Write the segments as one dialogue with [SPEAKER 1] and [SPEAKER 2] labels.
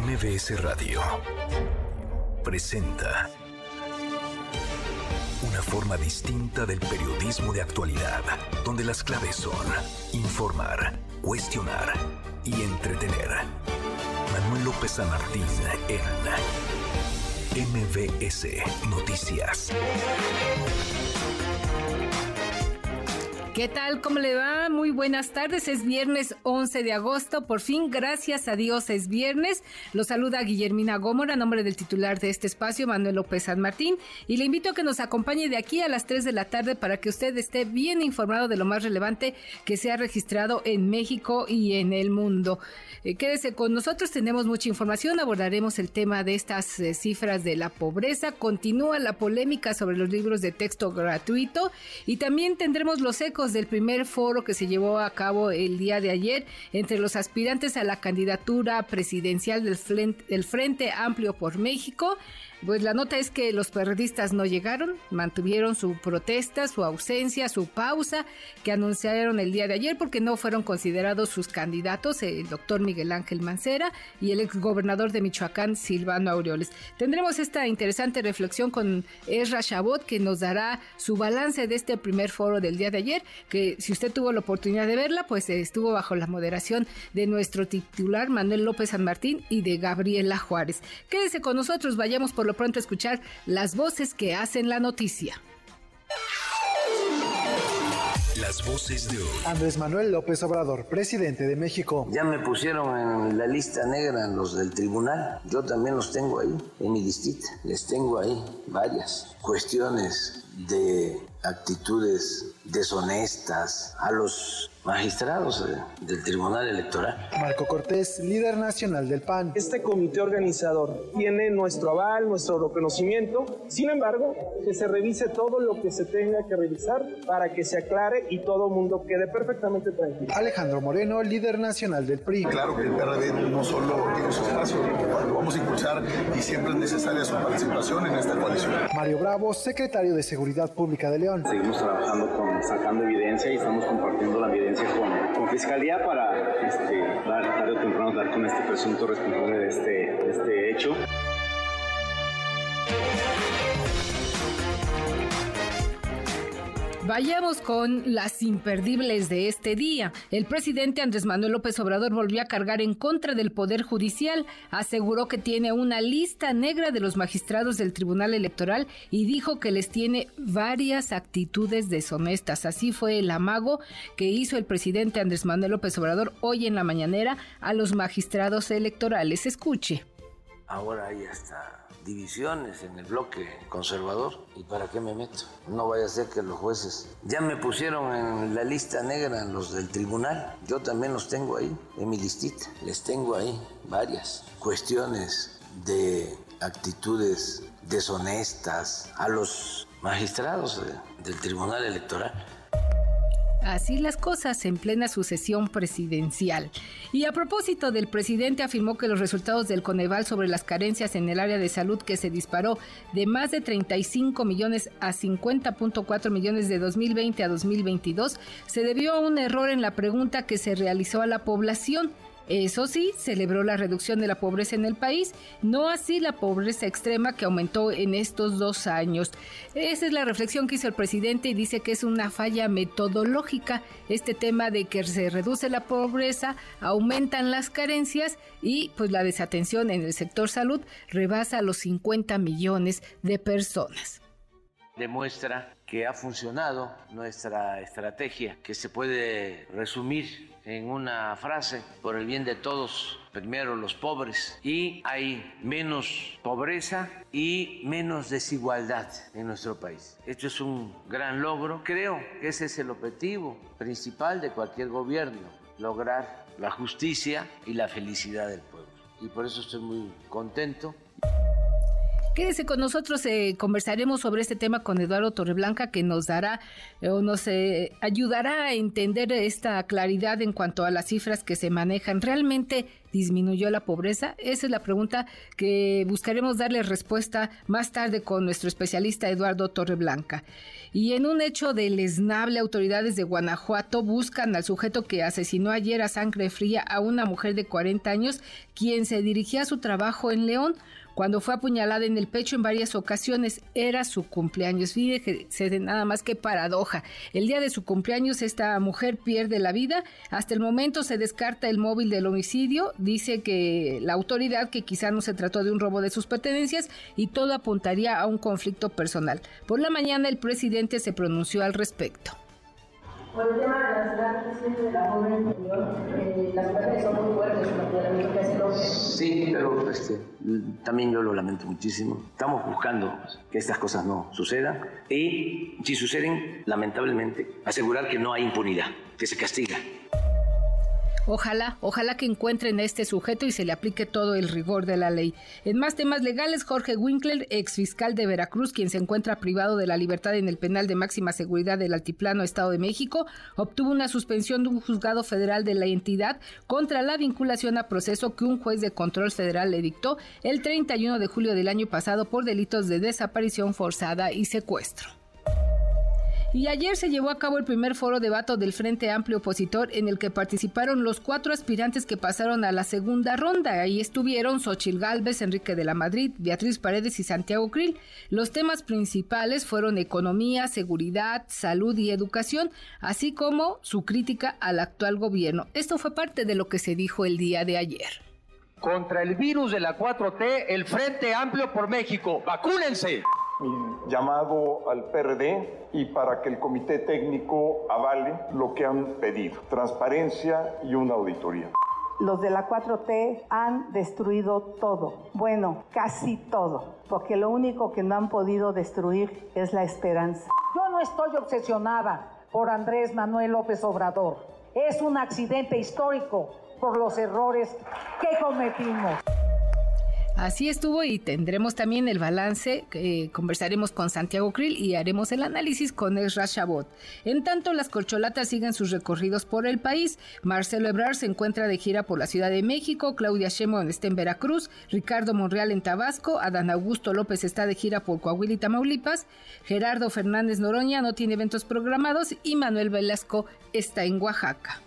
[SPEAKER 1] MBS Radio presenta una forma distinta del periodismo de actualidad, donde las claves son informar, cuestionar y entretener. Manuel López San Martín en MBS Noticias.
[SPEAKER 2] ¿Qué tal? ¿Cómo le va? Muy buenas tardes. Es viernes 11 de agosto. Por fin, gracias a Dios, es viernes. Lo saluda Guillermina Gómora, a nombre del titular de este espacio, Manuel López San Martín. Y le invito a que nos acompañe de aquí a las 3 de la tarde para que usted esté bien informado de lo más relevante que se ha registrado en México y en el mundo. Quédese con nosotros, tenemos mucha información. Abordaremos el tema de estas cifras de la pobreza. Continúa la polémica sobre los libros de texto gratuito. Y también tendremos los ecos del primer foro que se llevó a cabo el día de ayer entre los aspirantes a la candidatura presidencial del Frente Amplio por México. Pues la nota es que los perredistas no llegaron, mantuvieron su protesta, su ausencia, su pausa que anunciaron el día de ayer porque no fueron considerados sus candidatos, el doctor Miguel Ángel Mancera y el exgobernador de Michoacán, Silvano Aureoles. Tendremos esta interesante reflexión con Ezra Chabot, que nos dará su balance de este primer foro del día de ayer, que si usted tuvo la oportunidad de verla, pues estuvo bajo la moderación de nuestro titular Manuel López San Martín y de Gabriela Juárez. Quédese con nosotros, vayamos por lo pronto a escuchar las voces que hacen la noticia.
[SPEAKER 1] Las voces de hoy.
[SPEAKER 3] Andrés Manuel López Obrador, presidente de México.
[SPEAKER 4] Ya me pusieron en la lista negra los del tribunal. Yo también los tengo ahí, en mi listita. Les tengo ahí varias cuestiones de actitudes deshonestas a los magistrados del Tribunal Electoral.
[SPEAKER 3] Marco Cortés, líder nacional del PAN.
[SPEAKER 5] Este comité organizador tiene nuestro aval, nuestro reconocimiento. Sin embargo, que se revise todo lo que se tenga que revisar para que se aclare y todo el mundo quede perfectamente tranquilo.
[SPEAKER 3] Alejandro Moreno, líder nacional del PRI.
[SPEAKER 6] Claro que el PRD no solo tiene su espacio, lo vamos a impulsar y siempre es necesaria su participación en esta coalición.
[SPEAKER 3] Mario Bravo, secretario de Seguridad Pública de León.
[SPEAKER 7] Seguimos trabajando sacando evidencia y estamos compartiendo la evidencia con Fiscalía para tarde o temprano dar con este presunto responsable de este hecho.
[SPEAKER 2] Vayamos con las imperdibles de este día. El presidente Andrés Manuel López Obrador volvió a cargar en contra del Poder Judicial. Aseguró que tiene una lista negra de los magistrados del Tribunal Electoral y dijo que les tiene varias actitudes deshonestas. Así fue el amago que hizo el presidente Andrés Manuel López Obrador hoy en la mañanera a los magistrados electorales. Escuche.
[SPEAKER 4] Ahora hay hasta divisiones en el bloque conservador. ¿Y para qué me meto? No vaya a ser que los jueces ya me pusieron en la lista negra los del tribunal. Yo también los tengo ahí, en mi listita. Les tengo ahí varias cuestiones de actitudes deshonestas a los magistrados del Tribunal Electoral.
[SPEAKER 2] Así las cosas en plena sucesión presidencial. Y a propósito del presidente, afirmó que los resultados del Coneval sobre las carencias en el área de salud, que se disparó de más de 35 millones a 50.4 millones de 2020 a 2022, se debió a un error en la pregunta que se realizó a la población. Eso sí, celebró la reducción de la pobreza en el país, no así la pobreza extrema que aumentó en estos 2 años. Esa es la reflexión que hizo el presidente y dice que es una falla metodológica este tema de que se reduce la pobreza, aumentan las carencias y pues la desatención en el sector salud rebasa los 50 millones de personas.
[SPEAKER 4] Demuestra que ha funcionado nuestra estrategia, que se puede resumir en una frase: por el bien de todos, primero los pobres. Y hay menos pobreza y menos desigualdad en nuestro país. Esto es un gran logro. Creo que ese es el objetivo principal de cualquier gobierno: lograr la justicia y la felicidad del pueblo. Y por eso estoy muy contento.
[SPEAKER 2] Quédese con nosotros, conversaremos sobre este tema con Eduardo Torreblanca, que nos dará o nos ayudará a entender esta claridad en cuanto a las cifras que se manejan. ¿Realmente ¿Disminuyó la pobreza? Esa es la pregunta que buscaremos darle respuesta más tarde con nuestro especialista Eduardo Torreblanca. Y en un hecho deleznable, autoridades de Guanajuato buscan al sujeto que asesinó ayer a sangre fría a una mujer de 40 años, quien se dirigía a su trabajo en León. Cuando fue apuñalada en el pecho en varias ocasiones, era su cumpleaños. Fíjese nada más que paradoja. El día de su cumpleaños esta mujer pierde la vida. Hasta el momento se descarta el móvil del homicidio. Dice que la autoridad que quizá no se trató de un robo de sus pertenencias y todo apuntaría a un conflicto personal. Por la mañana el presidente se pronunció al respecto.
[SPEAKER 8] Por el tema de la ciudad reciente de la joven anterior, las imágenes son muy fuertes, el apoderamiento que hace López.
[SPEAKER 4] Sí, pero también yo lo lamento muchísimo. Estamos buscando que estas cosas no sucedan y si suceden, lamentablemente, asegurar que no hay impunidad, que se castiga.
[SPEAKER 2] Ojalá que encuentren a este sujeto y se le aplique todo el rigor de la ley. En más temas legales, Jorge Winkler, exfiscal de Veracruz, quien se encuentra privado de la libertad en el penal de máxima seguridad del Altiplano, Estado de México, obtuvo una suspensión de un juzgado federal de la entidad contra la vinculación a proceso que un juez de control federal le dictó el 31 de julio del año pasado por delitos de desaparición forzada y secuestro. Y ayer se llevó a cabo el primer foro de debates del Frente Amplio Opositor, en el que participaron los 4 aspirantes que pasaron a la segunda ronda. Ahí estuvieron Xóchitl Gálvez, Enrique de la Madrid, Beatriz Paredes y Santiago Krill. Los temas principales fueron economía, seguridad, salud y educación, así como su crítica al actual gobierno. Esto fue parte de lo que se dijo el día de ayer.
[SPEAKER 9] Contra el virus de la 4T, el Frente Amplio por México. ¡Vacúnense!
[SPEAKER 10] Mi llamado al PRD y para que el comité técnico avale lo que han pedido, transparencia y una auditoría.
[SPEAKER 11] Los de la 4T han destruido todo, bueno, casi todo, porque lo único que no han podido destruir es la esperanza.
[SPEAKER 12] Yo no estoy obsesionada por Andrés Manuel López Obrador, es un accidente histórico por los errores que cometimos.
[SPEAKER 2] Así estuvo y tendremos también el balance, conversaremos con Santiago Krill y haremos el análisis con Ezra Chabot. En tanto, las corcholatas siguen sus recorridos por el país. Marcelo Ebrard se encuentra de gira por la Ciudad de México, Claudia Sheinbaum está en Veracruz, Ricardo Monreal en Tabasco, Adán Augusto López está de gira por Coahuila y Tamaulipas, Gerardo Fernández Noroña no tiene eventos programados y Manuel Velasco está en Oaxaca.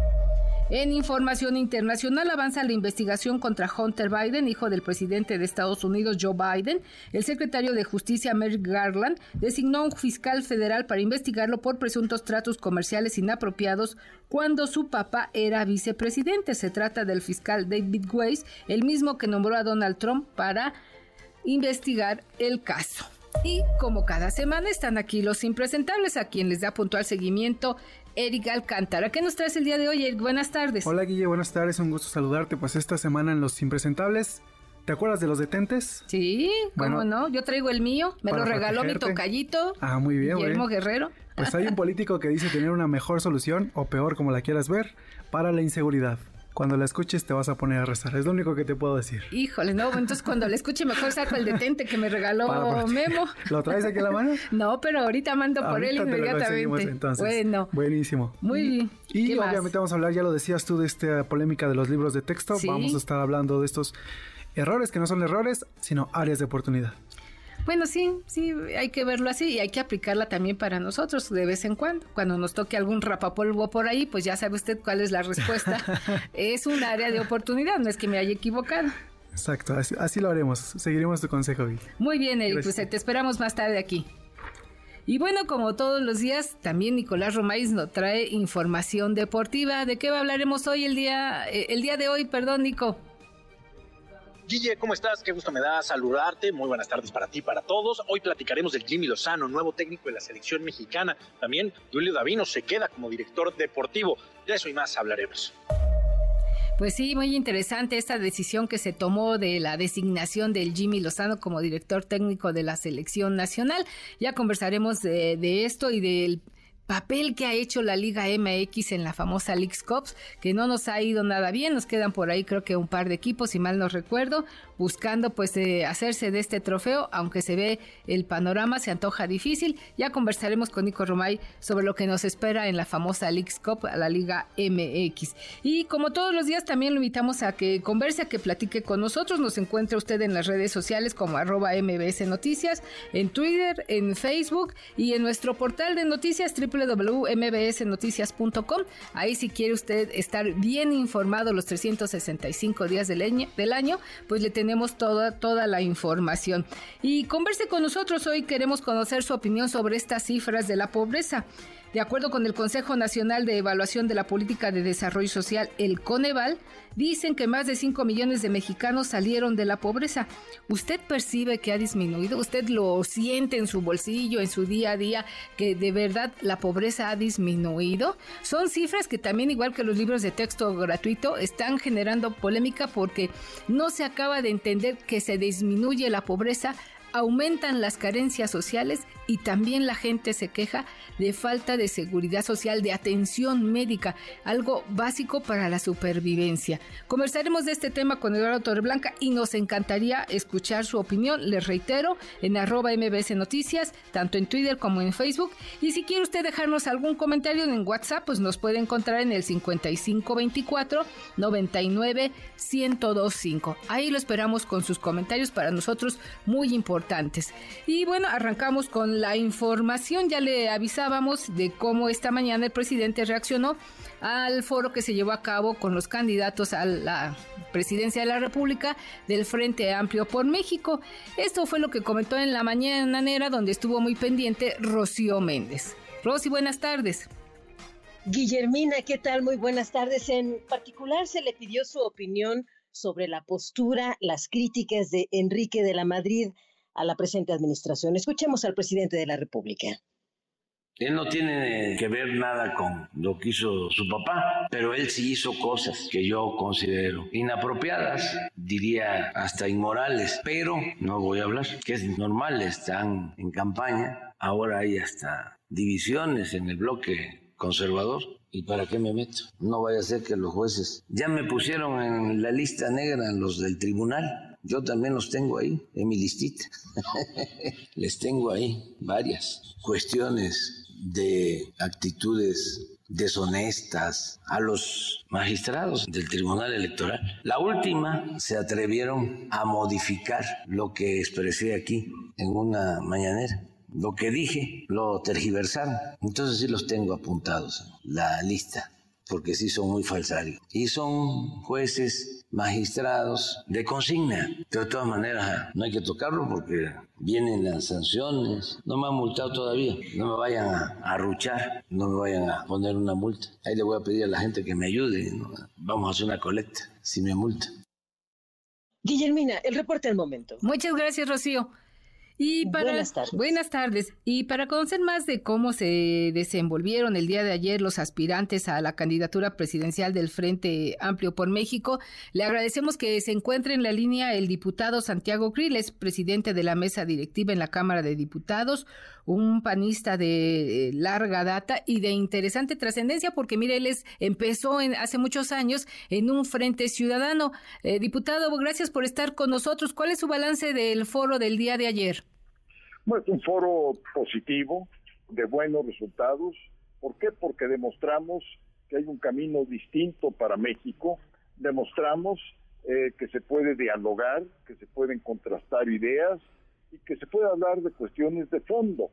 [SPEAKER 2] En información internacional, avanza la investigación contra Hunter Biden, hijo del presidente de Estados Unidos, Joe Biden. El secretario de Justicia, Merrick Garland, designó a un fiscal federal para investigarlo por presuntos tratos comerciales inapropiados cuando su papá era vicepresidente. Se trata del fiscal David Weiss, el mismo que nombró a Donald Trump para investigar el caso. Y como cada semana están aquí los impresentables, a quien les da puntual seguimiento Eric Alcántara. ¿Qué nos traes el día de hoy, Eric? Buenas tardes.
[SPEAKER 13] Hola, Guille, buenas tardes, un gusto saludarte. Pues esta semana en Los Impresentables, ¿te acuerdas de los detentes?
[SPEAKER 2] Sí, ¿cómo no? Yo traigo el mío, me lo regaló mi tocallito.
[SPEAKER 13] Ah, muy bien,
[SPEAKER 2] Guillermo Guerrero.
[SPEAKER 13] Pues hay un político que dice tener una mejor solución, o peor, como la quieras ver, para la inseguridad. Cuando la escuches te vas a poner a rezar, es lo único que te puedo decir.
[SPEAKER 2] Híjole, no, entonces cuando la escuche mejor saco el detente que me regaló Memo.
[SPEAKER 13] ¿Lo traes aquí a la mano?
[SPEAKER 2] No, pero ahorita mando por él inmediatamente.
[SPEAKER 13] Entonces.
[SPEAKER 2] Bueno.
[SPEAKER 13] Buenísimo.
[SPEAKER 2] Muy bien.
[SPEAKER 13] Y obviamente vamos a hablar, ya lo decías tú, de esta polémica de los libros de texto.
[SPEAKER 2] ¿Sí?
[SPEAKER 13] Vamos a estar hablando de estos errores que no son errores, sino áreas de oportunidad.
[SPEAKER 2] Bueno, sí, hay que verlo así y hay que aplicarla también para nosotros de vez en cuando. Cuando nos toque algún rapapolvo por ahí, pues ya sabe usted cuál es la respuesta. Es un área de oportunidad, no es que me haya equivocado.
[SPEAKER 13] Exacto, así lo haremos. Seguiremos tu consejo, Vicky.
[SPEAKER 2] Muy bien, Eric, pues te esperamos más tarde aquí. Y bueno, como todos los días, también Nicolás Romaiz nos trae información deportiva. ¿De qué hablaremos hoy el día de hoy, Nico?
[SPEAKER 14] Guille, ¿cómo estás? Qué gusto me da saludarte. Muy buenas tardes para ti, para todos. Hoy platicaremos del Jimmy Lozano, nuevo técnico de la selección mexicana. También Duilio Davino se queda como director deportivo. De eso y más hablaremos.
[SPEAKER 2] Pues sí, muy interesante esta decisión que se tomó de la designación del Jimmy Lozano como director técnico de la selección nacional. Ya conversaremos de esto y del papel que ha hecho la Liga MX en la famosa Leagues Cup, que no nos ha ido nada bien. Nos quedan por ahí creo que un par de equipos, si mal no recuerdo, buscando pues hacerse de este trofeo, aunque se ve el panorama, se antoja difícil. Ya conversaremos con Nico Romay sobre lo que nos espera en la famosa Leagues Cup, a la Liga MX. Y como todos los días también lo invitamos a que converse, a que platique con nosotros. Nos encuentra usted en las redes sociales como @MBS Noticias, en Twitter, en Facebook y en nuestro portal de noticias www.mbsnoticias.com. Ahí si quiere usted estar bien informado los 365 días del año, pues le tenemos toda la información. Y converse con nosotros. Hoy queremos conocer su opinión sobre estas cifras de la pobreza. De acuerdo con el Consejo Nacional de Evaluación de la Política de Desarrollo Social, el Coneval, dicen que más de 5 millones de mexicanos salieron de la pobreza. ¿Usted percibe que ha disminuido? ¿Usted lo siente en su bolsillo, en su día a día, que de verdad la pobreza ha disminuido? Son cifras que también, igual que los libros de texto gratuito, están generando polémica porque no se acaba de entender que se disminuye la pobreza, aumentan las carencias sociales y también la gente se queja de falta de seguridad social, de atención médica, algo básico para la supervivencia. Conversaremos de este tema con Eduardo Torreblanca y nos encantaría escuchar su opinión. Les reitero, en @MBS Noticias, tanto en Twitter como en Facebook. Y si quiere usted dejarnos algún comentario en WhatsApp, pues nos puede encontrar en el 5524-99-1025. Ahí lo esperamos con sus comentarios, para nosotros muy importantes. Y bueno, arrancamos con la información. Ya le avisábamos de cómo esta mañana el presidente reaccionó al foro que se llevó a cabo con los candidatos a la presidencia de la República del Frente Amplio por México. Esto fue lo que comentó en la mañanera, donde estuvo muy pendiente Rocío Méndez. Rosy, buenas tardes.
[SPEAKER 15] Guillermina, ¿qué tal? Muy buenas tardes. En particular se le pidió su opinión sobre la postura, las críticas de Enrique de la Madrid a la presente administración. Escuchemos al presidente de la República.
[SPEAKER 4] Él no tiene que ver nada con lo que hizo su papá, pero él sí hizo cosas que yo considero inapropiadas, diría hasta inmorales, pero no voy a hablar, que es normal, están en campaña, ahora hay hasta divisiones en el bloque conservador. ¿Y para qué me meto? No vaya a ser que los jueces ya me pusieron en la lista negra, los del tribunal. Yo también los tengo ahí, en mi listita. Les tengo ahí varias cuestiones de actitudes deshonestas a los magistrados del Tribunal Electoral. La última, se atrevieron a modificar lo que expresé aquí en una mañanera. Lo que dije lo tergiversaron. Entonces sí los tengo apuntados en la lista, porque sí son muy falsarios. Y son jueces, magistrados de consigna. De todas maneras, no hay que tocarlo porque vienen las sanciones. No me han multado todavía. No me vayan a arruchar, no me vayan a poner una multa. Ahí le voy a pedir a la gente que me ayude, ¿no? Vamos a hacer una colecta si me multa.
[SPEAKER 15] Guillermina, el reporte al momento.
[SPEAKER 2] Muchas gracias, Rocío. Y buenas tardes. Y para conocer más de cómo se desenvolvieron el día de ayer los aspirantes a la candidatura presidencial del Frente Amplio por México, le agradecemos que se encuentre en la línea el diputado Santiago Krill, presidente de la mesa directiva en la Cámara de Diputados, un panista de larga data y de interesante trascendencia, porque mire, él empezó hace muchos años en un Frente Ciudadano. Diputado, gracias por estar con nosotros. ¿Cuál es su balance del foro del día de ayer?
[SPEAKER 16] Bueno, es un foro positivo, de buenos resultados. ¿Por qué? Porque demostramos que hay un camino distinto para México, demostramos que se puede dialogar, que se pueden contrastar ideas y que se puede hablar de cuestiones de fondo,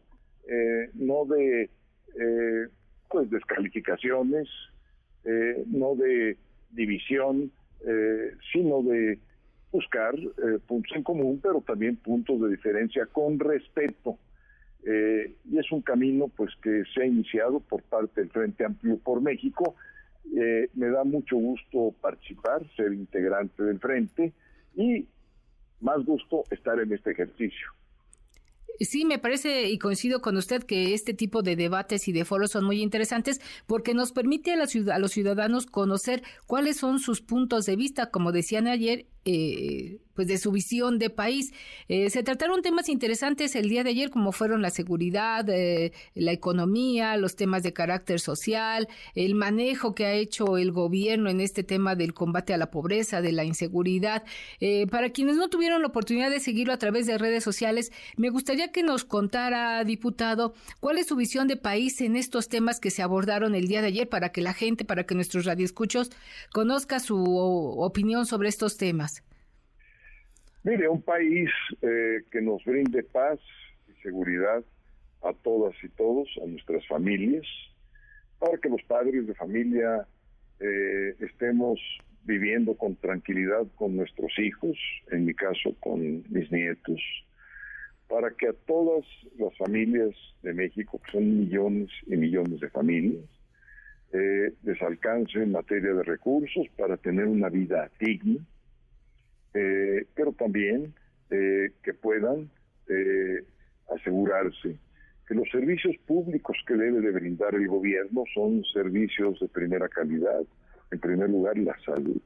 [SPEAKER 16] no de descalificaciones, no de división, sino de buscar puntos en común, pero también puntos de diferencia con respeto. Y es un camino pues que se ha iniciado por parte del Frente Amplio por México. Me da mucho gusto participar, ser integrante del Frente y más gusto estar en este ejercicio.
[SPEAKER 2] Sí, me parece y coincido con usted que este tipo de debates y de foros son muy interesantes porque nos permite a los ciudadanos conocer cuáles son sus puntos de vista. Como decían ayer, pues de su visión de país. Se trataron temas interesantes el día de ayer, como fueron la seguridad, la economía, los temas de carácter social, el manejo que ha hecho el gobierno en este tema del combate a la pobreza, de la inseguridad. Para quienes no tuvieron la oportunidad de seguirlo a través de redes sociales, me gustaría que nos contara, diputado, cuál es su visión de país en estos temas que se abordaron el día de ayer, para que la gente, para que nuestros radioescuchos conozca su opinión sobre estos temas.
[SPEAKER 16] Mire, un país que nos brinde paz y seguridad a todas y todos, a nuestras familias, para que los padres de familia estemos viviendo con tranquilidad con nuestros hijos, en mi caso con mis nietos, para que a todas las familias de México, que son millones y millones de familias, les alcance en materia de recursos para tener una vida digna, pero también que puedan asegurarse que los servicios públicos que debe de brindar el gobierno son servicios de primera calidad. En primer lugar, la salud.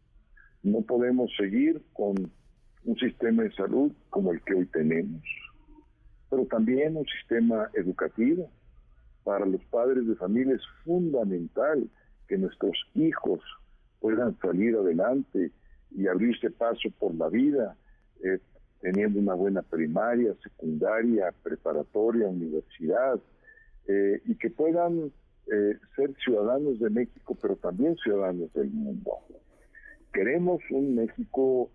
[SPEAKER 16] No podemos seguir con un sistema de salud como el que hoy tenemos, pero también un sistema educativo. Para los padres de familia es fundamental que nuestros hijos puedan salir adelante y abrirse paso por la vida, teniendo una buena primaria, secundaria, preparatoria, universidad, y que puedan ser ciudadanos de México, pero también ciudadanos del mundo. Queremos un México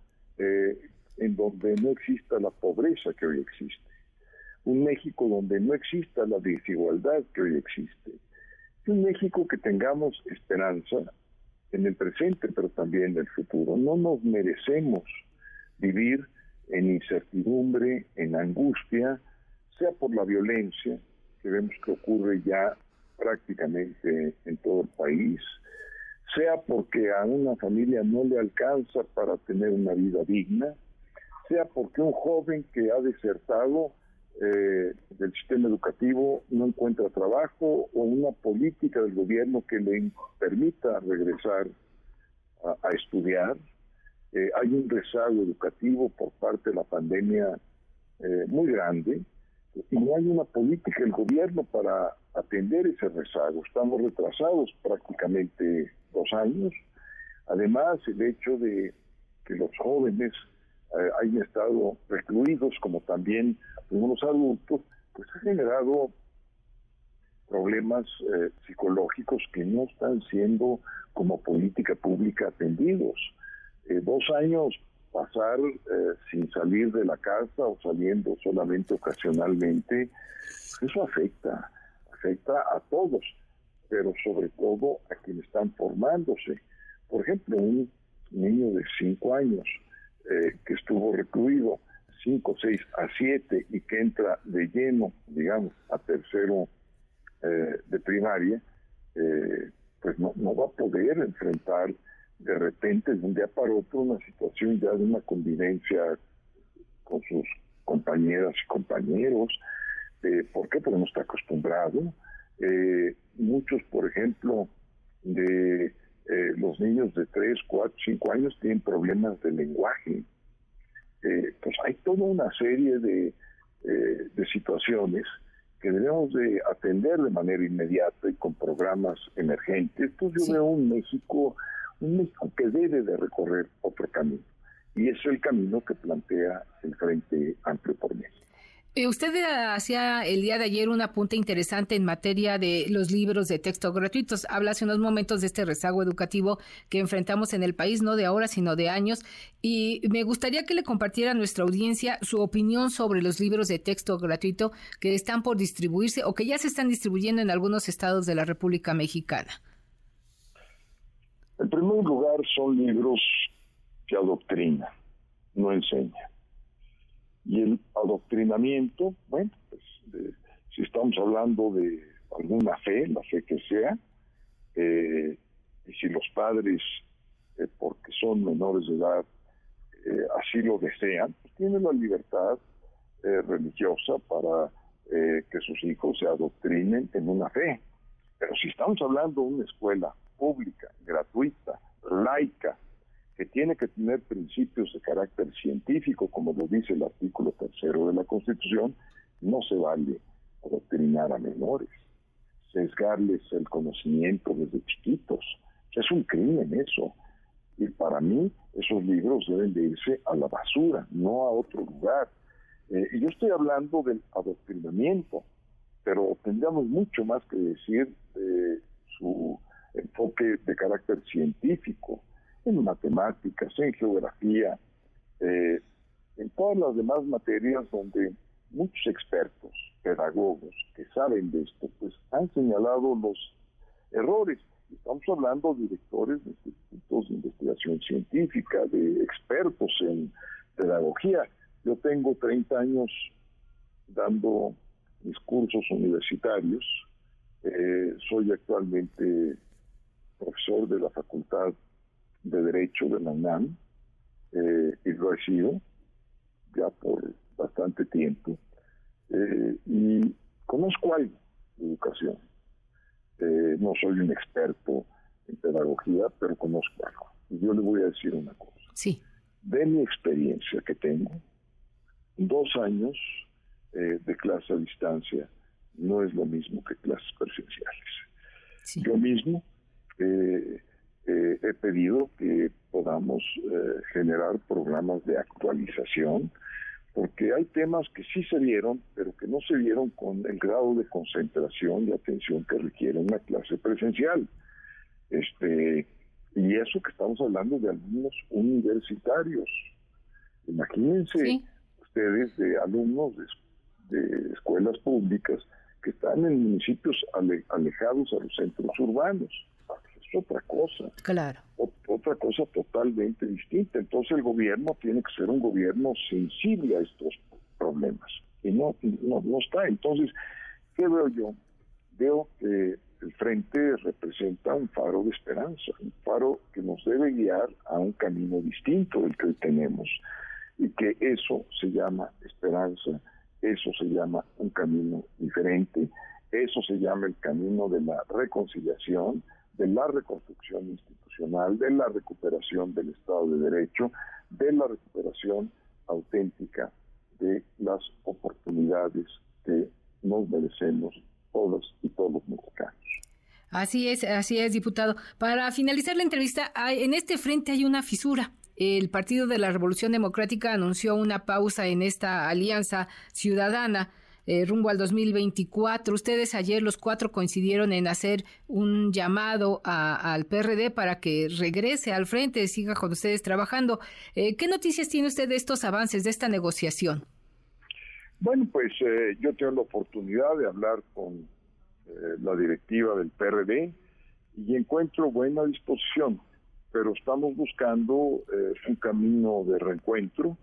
[SPEAKER 16] en donde no exista la pobreza que hoy existe, un México donde no exista la desigualdad que hoy existe, un México que tengamos esperanza en el presente, pero también en el futuro. No nos merecemos vivir en incertidumbre, en angustia, sea por la violencia que vemos que ocurre ya prácticamente en todo el país, sea porque a una familia no le alcanza para tener una vida digna, sea porque un joven que ha desertado del sistema educativo no encuentra trabajo, o una política del gobierno que le permita regresar a estudiar. Hay un rezago educativo por parte de la pandemia muy grande, y no hay una política del gobierno para atender ese rezago. Estamos retrasados prácticamente 2 años. Además, el hecho de que los jóvenes hayan estado recluidos, como también algunos adultos, pues ha generado problemas psicológicos que no están siendo como política pública atendidos. 2 años pasar sin salir de la casa o saliendo solamente ocasionalmente, eso afecta a todos, pero sobre todo a quienes están formándose. Por ejemplo, un niño de 5 años que estuvo recluido 5, 6 a 7 y que entra de lleno, digamos, a tercero de primaria, pues no va a poder enfrentar de repente, de un día para otro, una situación ya de una convivencia con sus compañeras y compañeros. ¿Por qué? Porque no está acostumbrado. Muchos, por ejemplo, de los niños de 3, 4, 5 años tienen problemas de lenguaje. Pues hay toda una serie de situaciones que debemos de atender de manera inmediata y con programas emergentes. Entonces yo veo un México que debe de recorrer otro camino, y es el camino que plantea el Frente Amplio por México.
[SPEAKER 2] Usted hacía el día de ayer un apunte interesante en materia de los libros de texto gratuitos. Habla hace unos momentos de este rezago educativo que enfrentamos en el país, no de ahora, sino de años. Y me gustaría que le compartiera a nuestra audiencia su opinión sobre los libros de texto gratuito que están por distribuirse o que ya se están distribuyendo en algunos estados de la República Mexicana.
[SPEAKER 16] En primer lugar, son libros que adoctrinan, no enseñan. Y el adoctrinamiento, bueno, pues si estamos hablando de alguna fe, la fe que sea, y si los padres, porque son menores de edad, así lo desean, pues tienen la libertad religiosa para que sus hijos se adoctrinen en una fe. Pero si estamos hablando de una escuela pública, gratuita, laica, que tiene que tener principios de carácter científico, como lo dice el artículo 3º de la Constitución, no se vale adoctrinar a menores, sesgarles el conocimiento desde chiquitos. Es un crimen eso. Y para mí, esos libros deben de irse a la basura, no a otro lugar. Y yo estoy hablando del adoctrinamiento, pero tendríamos mucho más que decir de su enfoque de carácter científico, en matemáticas, en geografía, en todas las demás materias donde muchos expertos, pedagogos que saben de esto, pues han señalado los errores. Estamos hablando de directores de institutos de investigación científica, de expertos en pedagogía. Yo tengo 30 años dando mis cursos universitarios. Soy actualmente profesor de la Facultad de Derecho de la UNAM, y lo he sido ya por bastante tiempo. Y conozco algo de educación. No soy un experto en pedagogía, pero conozco algo. Y yo le voy a decir una cosa.
[SPEAKER 2] Sí.
[SPEAKER 16] De mi experiencia que tengo, 2 años de clase a distancia no es lo mismo que clases presenciales.
[SPEAKER 2] Sí.
[SPEAKER 16] Yo mismo he pedido que podamos generar programas de actualización, porque hay temas que sí se vieron, pero que no se vieron con el grado de concentración y atención que requiere una clase presencial. Y eso que estamos hablando de alumnos universitarios. Imagínense ustedes de alumnos de escuelas públicas que están en municipios alejados a los centros urbanos. Es otra cosa.
[SPEAKER 2] Claro.
[SPEAKER 16] Otra cosa totalmente distinta. Entonces el gobierno tiene que ser un gobierno sensible a estos problemas. Y no está. Entonces, ¿qué veo yo? Veo que el Frente representa un faro de esperanza, un faro que nos debe guiar a un camino distinto del que hoy tenemos. Y que eso se llama esperanza, eso se llama un camino diferente, eso se llama el camino de la reconciliación, de la reconstrucción institucional, de la recuperación del Estado de Derecho, de la recuperación auténtica de las oportunidades que nos merecemos todas y todos los mexicanos.
[SPEAKER 2] Así es, diputado. Para finalizar la entrevista, en este frente hay una fisura. El Partido de la Revolución Democrática anunció una pausa en esta alianza ciudadana rumbo al 2024. Ustedes ayer los 4 coincidieron en hacer un llamado al PRD para que regrese al frente, siga con ustedes trabajando. ¿Qué noticias tiene usted de estos avances, de esta negociación?
[SPEAKER 16] Bueno, pues yo tengo la oportunidad de hablar con la directiva del PRD y encuentro buena disposición, pero estamos buscando un camino de reencuentro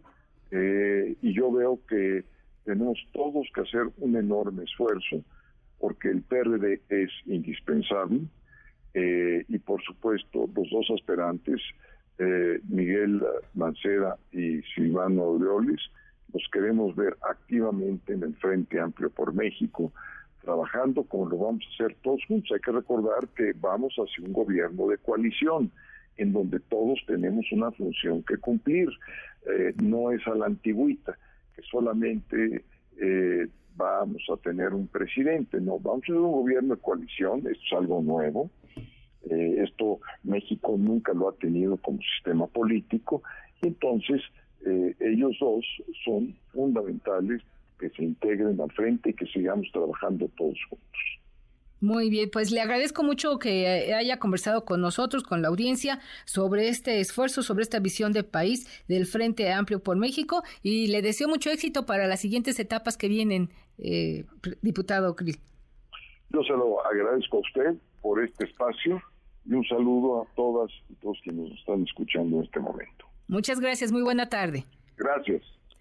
[SPEAKER 16] y yo veo que tenemos todos que hacer un enorme esfuerzo porque el PRD es indispensable y por supuesto los 2 aspirantes, Miguel Mancera y Silvano Aureoles, los queremos ver activamente en el Frente Amplio por México, trabajando como lo vamos a hacer todos juntos. Hay que recordar que vamos hacia un gobierno de coalición, en donde todos tenemos una función que cumplir. No es a la antigüita, que solamente vamos a tener un presidente. No, vamos a tener un gobierno de coalición. Esto es algo nuevo. Esto México nunca lo ha tenido como sistema político. Y entonces ellos 2 son fundamentales que se integren al frente y que sigamos trabajando todos juntos.
[SPEAKER 2] Muy bien, pues le agradezco mucho que haya conversado con nosotros, con la audiencia, sobre este esfuerzo, sobre esta visión de país del Frente Amplio por México, y le deseo mucho éxito para las siguientes etapas que vienen, diputado Krill.
[SPEAKER 16] Yo se lo agradezco a usted por este espacio y un saludo a todas y todos quienes nos están escuchando en este momento.
[SPEAKER 2] Muchas gracias, muy buena tarde.
[SPEAKER 16] Gracias.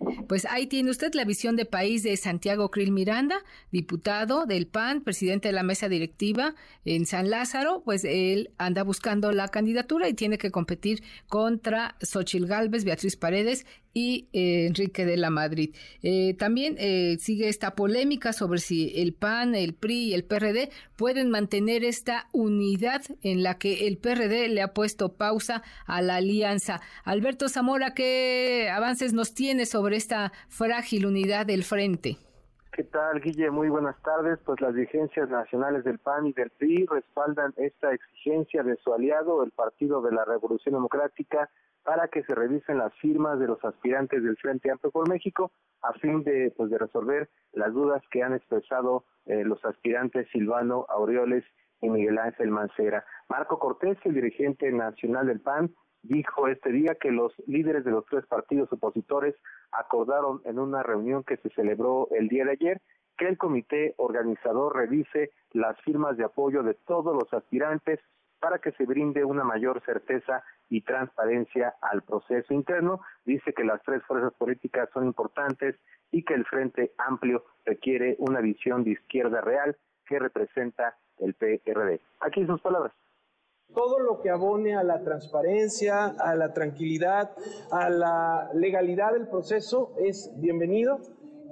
[SPEAKER 2] Pues ahí tiene usted la visión de país de Santiago Krill Miranda, diputado del PAN, presidente de la mesa directiva en San Lázaro. Pues él anda buscando la candidatura y tiene que competir contra Xóchitl Gálvez, Beatriz Paredes y Enrique de la Madrid. También sigue esta polémica sobre si el PAN, el PRI y el PRD pueden mantener esta unidad en la que el PRD le ha puesto pausa a la alianza. Alberto Zamora, ¿qué avances nos tiene sobre esta frágil unidad del frente?
[SPEAKER 17] ¿Qué tal, Guille? Muy buenas tardes. Pues las dirigencias nacionales del PAN y del PRI respaldan esta exigencia de su aliado, el Partido de la Revolución Democrática, para que se revisen las firmas de los aspirantes del Frente Amplio por México, a fin de resolver las dudas que han expresado los aspirantes Silvano Aureoles y Miguel Ángel Mancera. Marco Cortés, el dirigente nacional del PAN, dijo este día que los líderes de los tres partidos opositores acordaron en una reunión que se celebró el día de ayer que el comité organizador revise las firmas de apoyo de todos los aspirantes para que se brinde una mayor certeza y transparencia al proceso interno. Dice que las tres fuerzas políticas son importantes y que el Frente Amplio requiere una visión de izquierda real que representa el PRD. Aquí sus palabras.
[SPEAKER 5] Todo lo que abone a la transparencia, a la tranquilidad, a la legalidad del proceso es bienvenido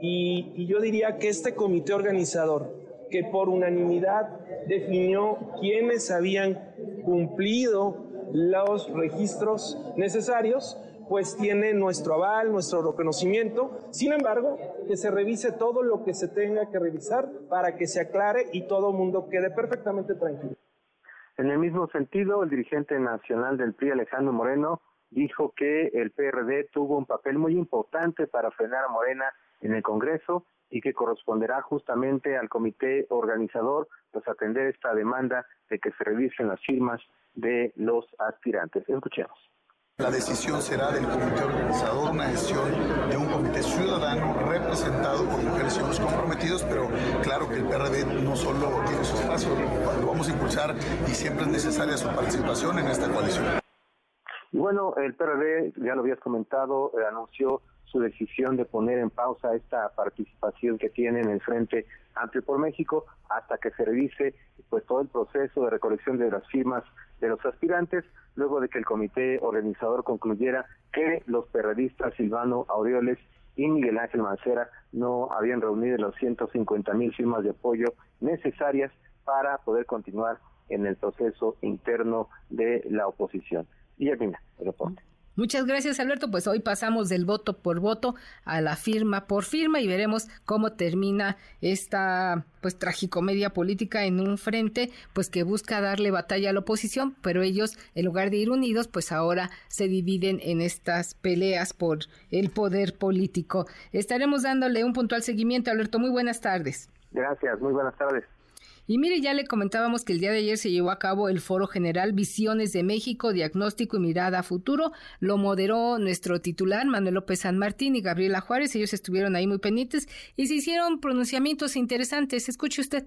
[SPEAKER 5] y yo diría que este comité organizador, que por unanimidad definió quiénes habían cumplido los registros necesarios, pues tiene nuestro aval, nuestro reconocimiento. Sin embargo, que se revise todo lo que se tenga que revisar para que se aclare y todo el mundo quede perfectamente tranquilo.
[SPEAKER 17] En el mismo sentido, el dirigente nacional del PRI, Alejandro Moreno, dijo que el PRD tuvo un papel muy importante para frenar a Morena en el Congreso y que corresponderá justamente al comité organizador pues atender esta demanda de que se revisen las firmas de los aspirantes. Escuchemos.
[SPEAKER 6] La decisión será del comité organizador, una decisión de un comité ciudadano representado por mujeres y hombres comprometidos, pero claro que el PRD no solo tiene su espacio, lo vamos a impulsar y siempre es necesaria su participación en esta coalición.
[SPEAKER 17] Y bueno, el PRD, ya lo habías comentado, anunció su decisión de poner en pausa esta participación que tiene en el Frente Amplio por México hasta que se revise pues todo el proceso de recolección de las firmas de los aspirantes, luego de que el comité organizador concluyera que los perredistas Silvano Aureoles y Miguel Ángel Mancera no habían reunido las 150,000 firmas de apoyo necesarias para poder continuar en el proceso interno de la oposición. Y Yamina, el reporte.
[SPEAKER 2] Muchas gracias, Alberto. Pues hoy pasamos del voto por voto a la firma por firma y veremos cómo termina esta pues tragicomedia política en un frente pues que busca darle batalla a la oposición, pero ellos en lugar de ir unidos pues ahora se dividen en estas peleas por el poder político. Estaremos dándole un puntual seguimiento, Alberto. Muy buenas tardes.
[SPEAKER 17] Gracias, muy buenas tardes.
[SPEAKER 2] Y mire, ya le comentábamos que el día de ayer se llevó a cabo el Foro General Visiones de México, Diagnóstico y Mirada a Futuro. Lo moderó nuestro titular, Manuel López San Martín y Gabriela Juárez. Ellos estuvieron ahí muy pendientes y se hicieron pronunciamientos interesantes. Escuche usted.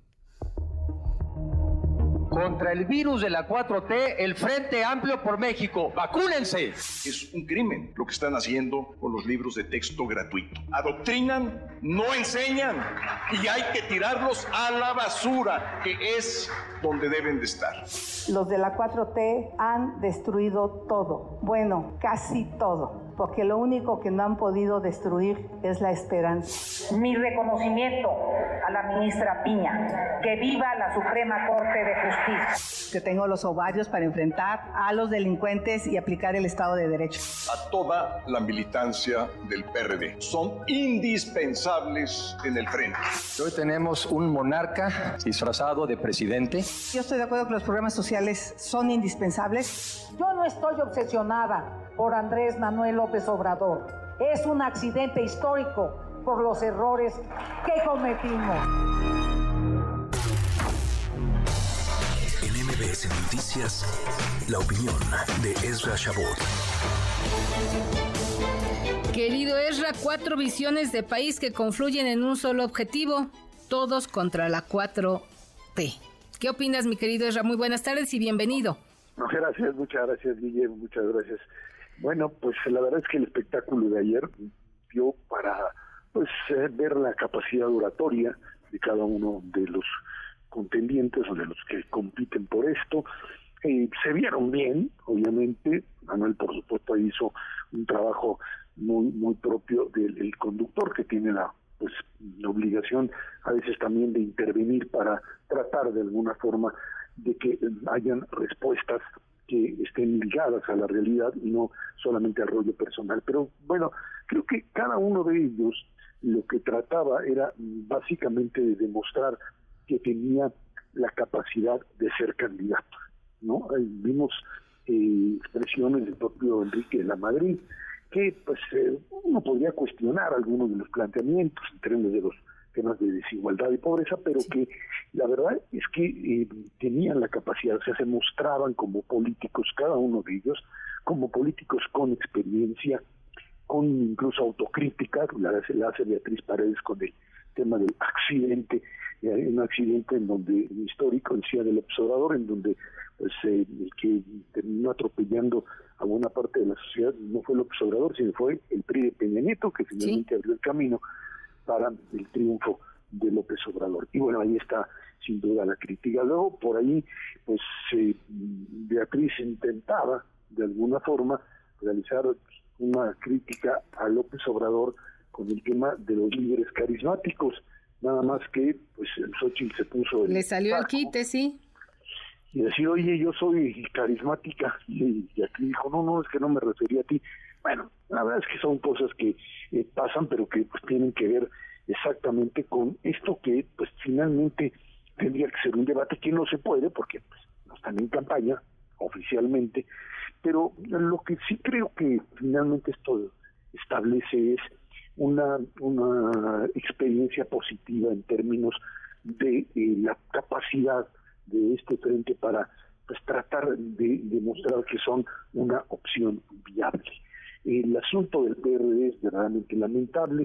[SPEAKER 9] Contra el virus de la 4T, el Frente Amplio por México. ¡Vacúnense!
[SPEAKER 18] Es un crimen lo que están haciendo con los libros de texto gratuito. Adoctrinan, no enseñan y hay que tirarlos a la basura, que es donde deben de estar.
[SPEAKER 11] Los de la 4T han destruido todo. Bueno, casi todo. Porque lo único que no han podido destruir es la esperanza.
[SPEAKER 12] Mi reconocimiento a la ministra Piña. Que viva la Suprema Corte de Justicia.
[SPEAKER 11] Que tengo los ovarios para enfrentar a los delincuentes y aplicar el Estado de Derecho.
[SPEAKER 18] A toda la militancia del PRD. Son indispensables en el frente.
[SPEAKER 9] Hoy tenemos un monarca disfrazado de presidente.
[SPEAKER 11] Yo estoy de acuerdo que los programas sociales son indispensables.
[SPEAKER 12] Yo no estoy obsesionada por Andrés Manuel López Obrador. Es un accidente histórico por los errores que cometimos.
[SPEAKER 1] En MBS Noticias, la opinión de Ezra Shabot.
[SPEAKER 2] Querido Ezra, 4 visiones de país que confluyen en un solo objetivo, todos contra la 4T. ¿Qué opinas, mi querido Ezra? Muy buenas tardes y bienvenido.
[SPEAKER 16] No, gracias, muchas gracias, Guille, muchas gracias. Bueno, pues la verdad es que el espectáculo de ayer principio para pues ver la capacidad oratoria de cada uno de los contendientes o de los que compiten por esto. Se vieron bien, obviamente. Manuel, por supuesto, hizo un trabajo muy propio del conductor, que tiene la obligación a veces también de intervenir para tratar de alguna forma de que hayan respuestas que estén ligadas a la realidad y no solamente al rollo personal. Pero bueno, creo que cada uno de ellos lo que trataba era básicamente de demostrar que tenía la capacidad de ser candidato, ¿no? Vimos expresiones del propio Enrique de la Madrid que pues uno podría cuestionar algunos de los planteamientos en términos de los temas de desigualdad y pobreza, pero que la verdad es que tenían la capacidad, o sea, se mostraban como políticos, cada uno de ellos, como políticos con experiencia, con incluso autocrítica. La hace Beatriz Paredes con el tema del accidente, un accidente en donde, histórico, decía del observador, en donde pues el que terminó atropellando a buena parte de la sociedad no fue el observador, sino fue el PRI de Peña Nieto, que finalmente abrió el camino para el triunfo de López Obrador. Y bueno, ahí está sin duda la crítica. Luego, por ahí, pues Beatriz intentaba, de alguna forma, realizar una crítica a López Obrador con el tema de los líderes carismáticos, nada más que pues Xochitl se puso
[SPEAKER 2] le salió el quite, sí,
[SPEAKER 16] y decir, oye, yo soy carismática, y aquí dijo, no, es que no me refería a ti. Bueno, la verdad es que son cosas que pasan, pero que pues tienen que ver exactamente con esto que pues finalmente tendría que ser un debate que no se puede, porque pues no están en campaña oficialmente, pero lo que sí creo que finalmente esto establece es una experiencia positiva en términos de la capacidad de este frente para pues tratar de demostrar que son una opción viable. El asunto del PRD es verdaderamente lamentable.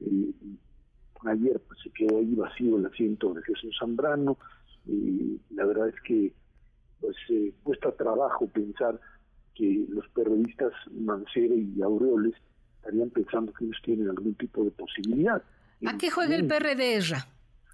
[SPEAKER 16] Ayer pues se quedó ahí vacío el asiento de Jesús Zambrano. La verdad es que pues cuesta trabajo pensar que los periodistas Mancera y Aureoles estarían pensando que ellos tienen algún tipo de posibilidad.
[SPEAKER 2] ¿A qué juega el PRD, Esra?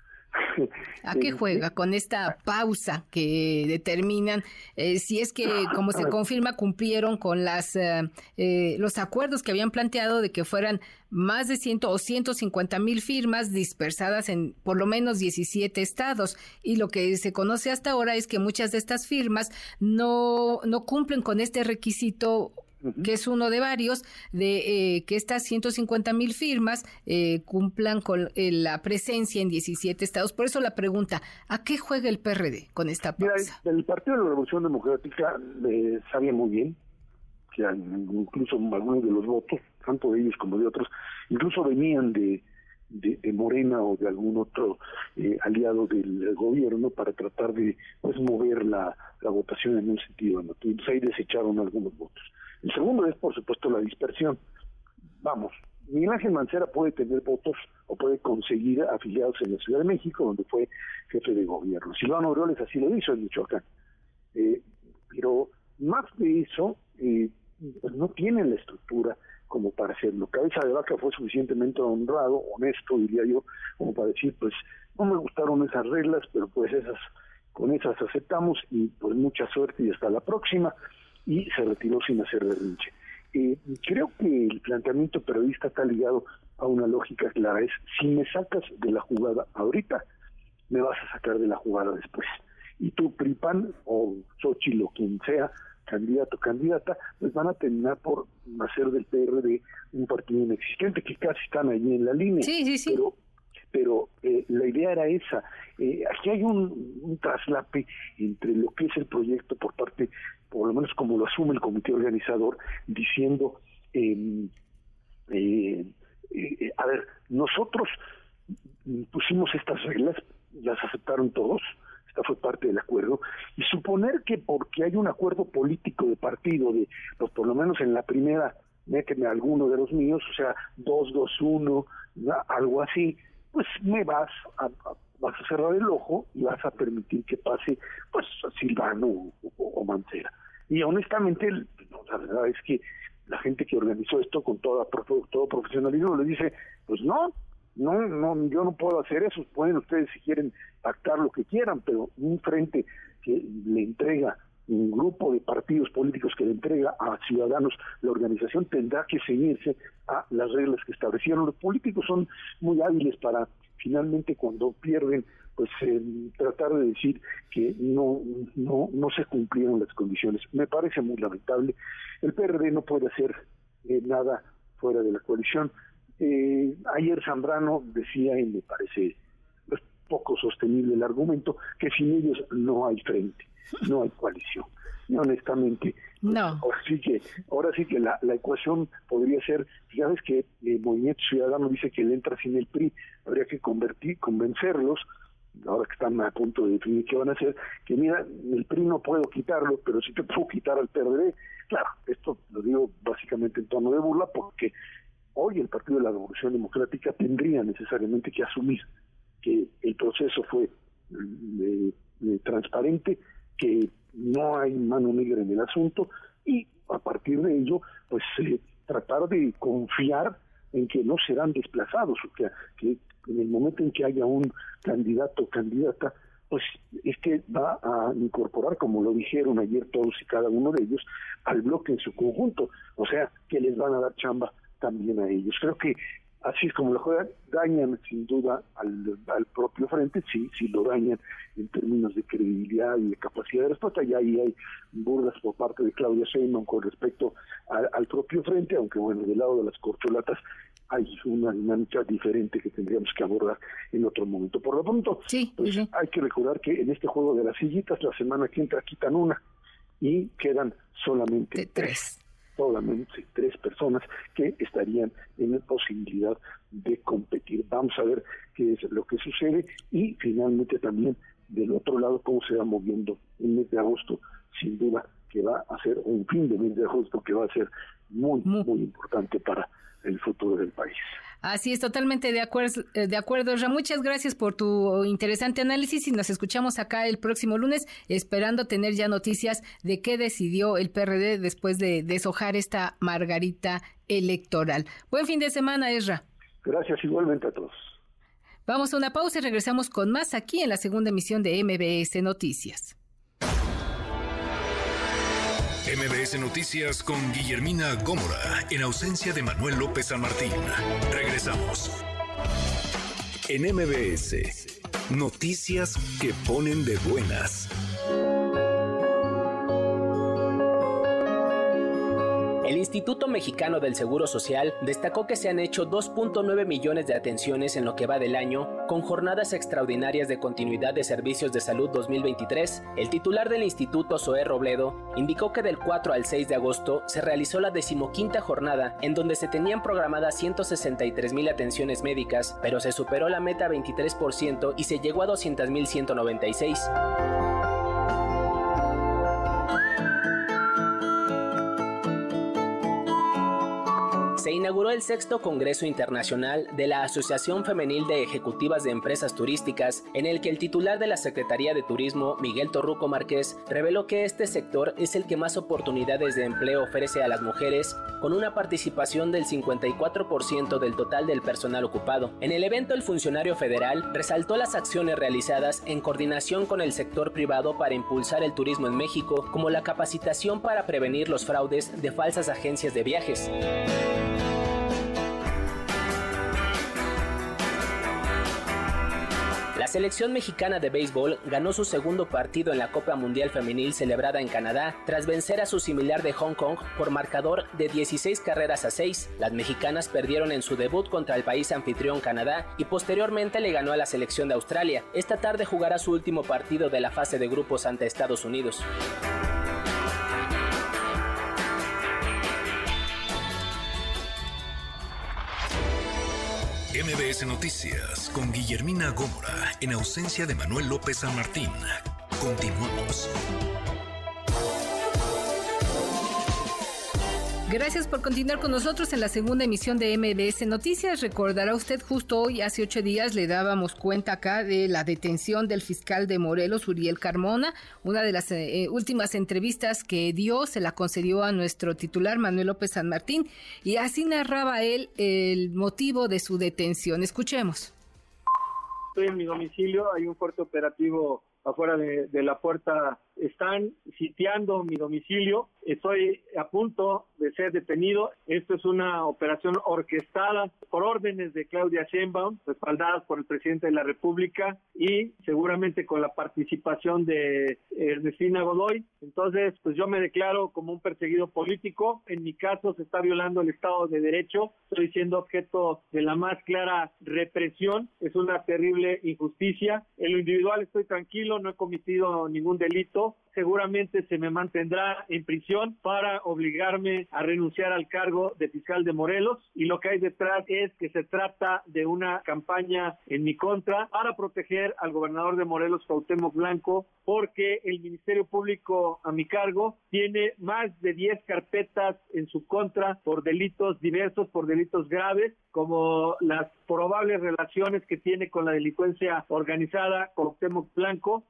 [SPEAKER 2] ¿A qué juega con esta pausa que determinan si es que, como se confirma, cumplieron con los acuerdos que habían planteado de que fueran más de 100 o 150,000 firmas dispersadas en por lo menos 17 estados? Y lo que se conoce hasta ahora es que muchas de estas firmas no cumplen con este requisito, que es uno de varios, de que estas 150,000 firmas cumplan con la presencia en 17 estados. Por eso la pregunta, ¿a qué juega el PRD con esta pausa?
[SPEAKER 16] Mira, el Partido de la Revolución Democrática sabía muy bien que incluso algunos de los votos, tanto de ellos como de otros, incluso venían de Morena o de algún otro aliado del gobierno para tratar de pues mover la votación en un sentido. Entonces ahí desecharon algunos votos. El segundo es, por supuesto, la dispersión. Vamos, Miguel Ángel Mancera puede tener votos o puede conseguir afiliados en la Ciudad de México, donde fue jefe de gobierno. Silvano Aureoles así lo hizo en Michoacán. Pero más de eso, pues no tienen la estructura como para hacerlo. Cabeza de Vaca fue suficientemente honrado, honesto, diría yo, como para decir, pues no me gustaron esas reglas, pero pues con esas aceptamos y pues mucha suerte y hasta la próxima. Y se retiró sin hacer berrinche. Creo que el planteamiento periodista está ligado a una lógica clara, es si me sacas de la jugada ahorita, me vas a sacar de la jugada después. Y tú, PRI-PAN o Xochitl o quien sea, candidato o candidata, pues van a terminar por hacer del PRD un partido inexistente, que casi están allí en la línea.
[SPEAKER 2] Sí.
[SPEAKER 16] Pero la idea era esa. Aquí hay un traslape entre lo que es el proyecto por parte, por lo menos como lo asume el comité organizador, diciendo, a ver, nosotros pusimos estas reglas, las aceptaron todos, esta fue parte del acuerdo, y suponer que porque hay un acuerdo político de partido, pues por lo menos en la primera, méteme a alguno de los míos, o sea, 2-2-1, algo así, pues me vas a cerrar el ojo y vas a permitir que pase pues Silvano o Mancera. Y honestamente, la verdad es que la gente que organizó esto con todo profesionalismo le dice, pues no, yo no puedo hacer eso. Pueden ustedes, si quieren, pactar lo que quieran, pero un frente que le entrega, un grupo de partidos políticos que le entrega a ciudadanos la organización, tendrá que ceñirse a las reglas que establecieron. Los políticos son muy hábiles para, finalmente, cuando pierden, pues tratar de decir que no se cumplieron las condiciones. Me parece muy lamentable. El PRD no puede hacer nada fuera de la coalición. Ayer Zambrano decía, y me parece poco sostenible el argumento, que sin ellos no hay frente, no hay coalición. Y honestamente,
[SPEAKER 2] no.
[SPEAKER 16] Ahora sí que la ecuación podría ser, ya ves que el Movimiento Ciudadano dice que le entra sin el PRI, habría que convencerlos, ahora que están a punto de definir qué van a hacer, que mira, el PRI no puedo quitarlo, pero sí te puedo quitar al PRD. Claro, esto lo digo básicamente en tono de burla, porque hoy el Partido de la Revolución Democrática tendría necesariamente que asumir que el proceso fue transparente, que no hay mano negra en el asunto, y a partir de ello, pues tratar de confiar en que no serán desplazados, o que en el momento en que haya un candidato o candidata, pues es que va a incorporar, como lo dijeron ayer todos y cada uno de ellos, al bloque en su conjunto, o sea, que les van a dar chamba también a ellos. Creo que así es como lo juegan, dañan sin duda al propio frente, sí lo dañan en términos de credibilidad y de capacidad de respuesta, y ahí hay burlas por parte de Claudia Sheinbaum con respecto al propio frente, aunque bueno, del lado de las corcholatas hay una dinámica diferente que tendríamos que abordar en otro momento. Por lo pronto, hay que recordar que en este juego de las sillitas, la semana que entra quitan una y quedan solamente tres personas que estarían en la posibilidad de competir. Vamos a ver qué es lo que sucede y finalmente también del otro lado cómo se va moviendo el mes de agosto. Sin duda que va a ser un fin de mes de agosto que va a ser muy importante para el futuro del país.
[SPEAKER 2] Así es, totalmente de acuerdo, Ra. Muchas gracias por tu interesante análisis y nos escuchamos acá el próximo lunes, esperando tener ya noticias de qué decidió el PRD después de deshojar esta margarita electoral. Buen fin de semana, Ezra.
[SPEAKER 16] Gracias, igualmente a todos.
[SPEAKER 2] Vamos a una pausa y regresamos con más aquí en la segunda emisión de MBS Noticias.
[SPEAKER 1] MBS Noticias con Guillermina Gómora, en ausencia de Manuel López San Martín. Regresamos. En MBS, noticias que ponen de buenas.
[SPEAKER 19] El Instituto Mexicano del Seguro Social destacó que se han hecho 2.9 millones de atenciones en lo que va del año, con jornadas extraordinarias de continuidad de servicios de salud 2023. El titular del instituto, Zoé Robledo, indicó que del 4 al 6 de agosto se realizó la 15ª jornada, en donde se tenían programadas 163,000 atenciones médicas, pero se superó la meta 23% y se llegó a 200,196. Se inauguró el 6º Congreso Internacional de la Asociación Femenil de Ejecutivas de Empresas Turísticas, en el que el titular de la Secretaría de Turismo, Miguel Torruco Márquez, reveló que este sector es el que más oportunidades de empleo ofrece a las mujeres, con una participación del 54% del total del personal ocupado. En el evento, el funcionario federal resaltó las acciones realizadas en coordinación con el sector privado para impulsar el turismo en México, como la capacitación para prevenir los fraudes de falsas agencias de viajes. La selección mexicana de béisbol ganó su segundo partido en la Copa Mundial Femenil celebrada en Canadá, tras vencer a su similar de Hong Kong por marcador de 16-6. Las mexicanas perdieron en su debut contra el país anfitrión Canadá y posteriormente le ganó a la selección de Australia. Esta tarde jugará su último partido de la fase de grupos ante Estados Unidos.
[SPEAKER 1] MBS Noticias con Guillermina Gómora, en ausencia de Manuel López San Martín. Continuamos.
[SPEAKER 2] Gracias por continuar con nosotros en la segunda emisión de MBS Noticias. Recordará usted, justo hoy, hace 8 días, le dábamos cuenta acá de la detención del fiscal de Morelos, Uriel Carmona. Una de las últimas entrevistas que dio se la concedió a nuestro titular, Manuel López San Martín, y así narraba él el motivo de su detención. Escuchemos.
[SPEAKER 20] Estoy en mi domicilio, hay un fuerte operativo afuera de la puerta, están sitiando mi domicilio, estoy a punto de ser detenido. Esto es una operación orquestada por órdenes de Claudia Sheinbaum, respaldadas por el presidente de la República y seguramente con la participación de Ernestina Godoy. Entonces, pues yo me declaro como un perseguido político. En mi caso se está violando el Estado de Derecho, estoy siendo objeto de la más clara represión, es una terrible injusticia. En lo individual estoy tranquilo, no he cometido ningún delito. Seguramente se me mantendrá en prisión para obligarme a renunciar al cargo de fiscal de Morelos, y lo que hay detrás es que se trata de una campaña en mi contra para proteger al gobernador de Morelos, Cuauhtémoc Blanco, porque el Ministerio Público a mi cargo tiene más de 10 carpetas en su contra por delitos diversos, por delitos graves, como las probables relaciones que tiene con la delincuencia organizada Cuauhtémoc Blanco.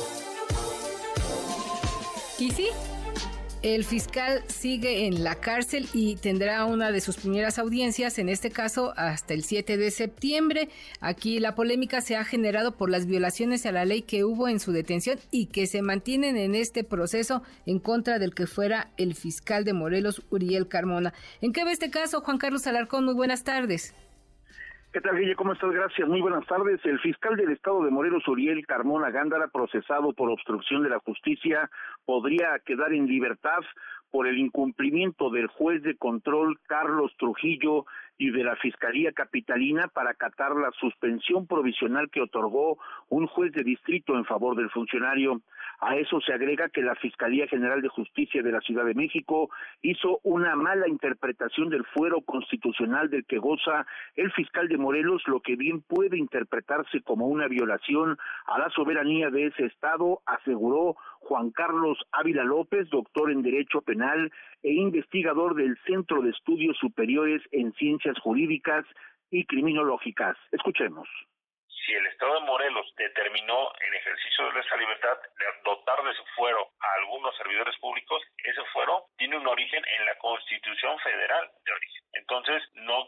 [SPEAKER 2] Y sí, el fiscal sigue en la cárcel y tendrá una de sus primeras audiencias, en este caso hasta el 7 de septiembre. Aquí la polémica se ha generado por las violaciones a la ley que hubo en su detención y que se mantienen en este proceso en contra del que fuera el fiscal de Morelos, Uriel Carmona. ¿En qué ve este caso, Juan Carlos Alarcón? Muy buenas tardes.
[SPEAKER 21] ¿Qué tal, Guille? ¿Cómo estás? Gracias. Muy buenas tardes. El fiscal del estado de Morelos, Uriel Carmona Gándara, procesado por obstrucción de la justicia, podría quedar en libertad por el incumplimiento del juez de control Carlos Trujillo y de la Fiscalía Capitalina para acatar la suspensión provisional que otorgó un juez de distrito en favor del funcionario. A eso se agrega que la Fiscalía General de Justicia de la Ciudad de México hizo una mala interpretación del fuero constitucional del que goza el fiscal de Morelos, lo que bien puede interpretarse como una violación a la soberanía de ese estado, aseguró Juan Carlos Ávila López, doctor en Derecho Penal e investigador del Centro de Estudios Superiores en Ciencias Jurídicas y Criminológicas. Escuchemos.
[SPEAKER 22] Si el Estado de Morelos determinó en ejercicio de esa libertad de dotar de su fuero a algunos servidores públicos, ese fuero tiene un origen en la Constitución Federal de origen. Entonces no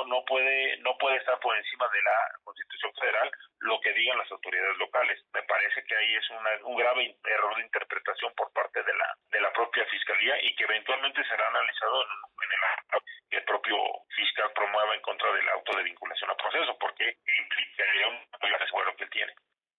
[SPEAKER 22] puede estar por encima de la Constitución Federal lo que digan las autoridades locales. Me parece que ahí es un grave error de interpretación por parte de la propia Fiscalía y que eventualmente será analizado en el acto que el propio fiscal promueva en contra del auto de vinculación a proceso, porque implicaría un fuero que él tiene.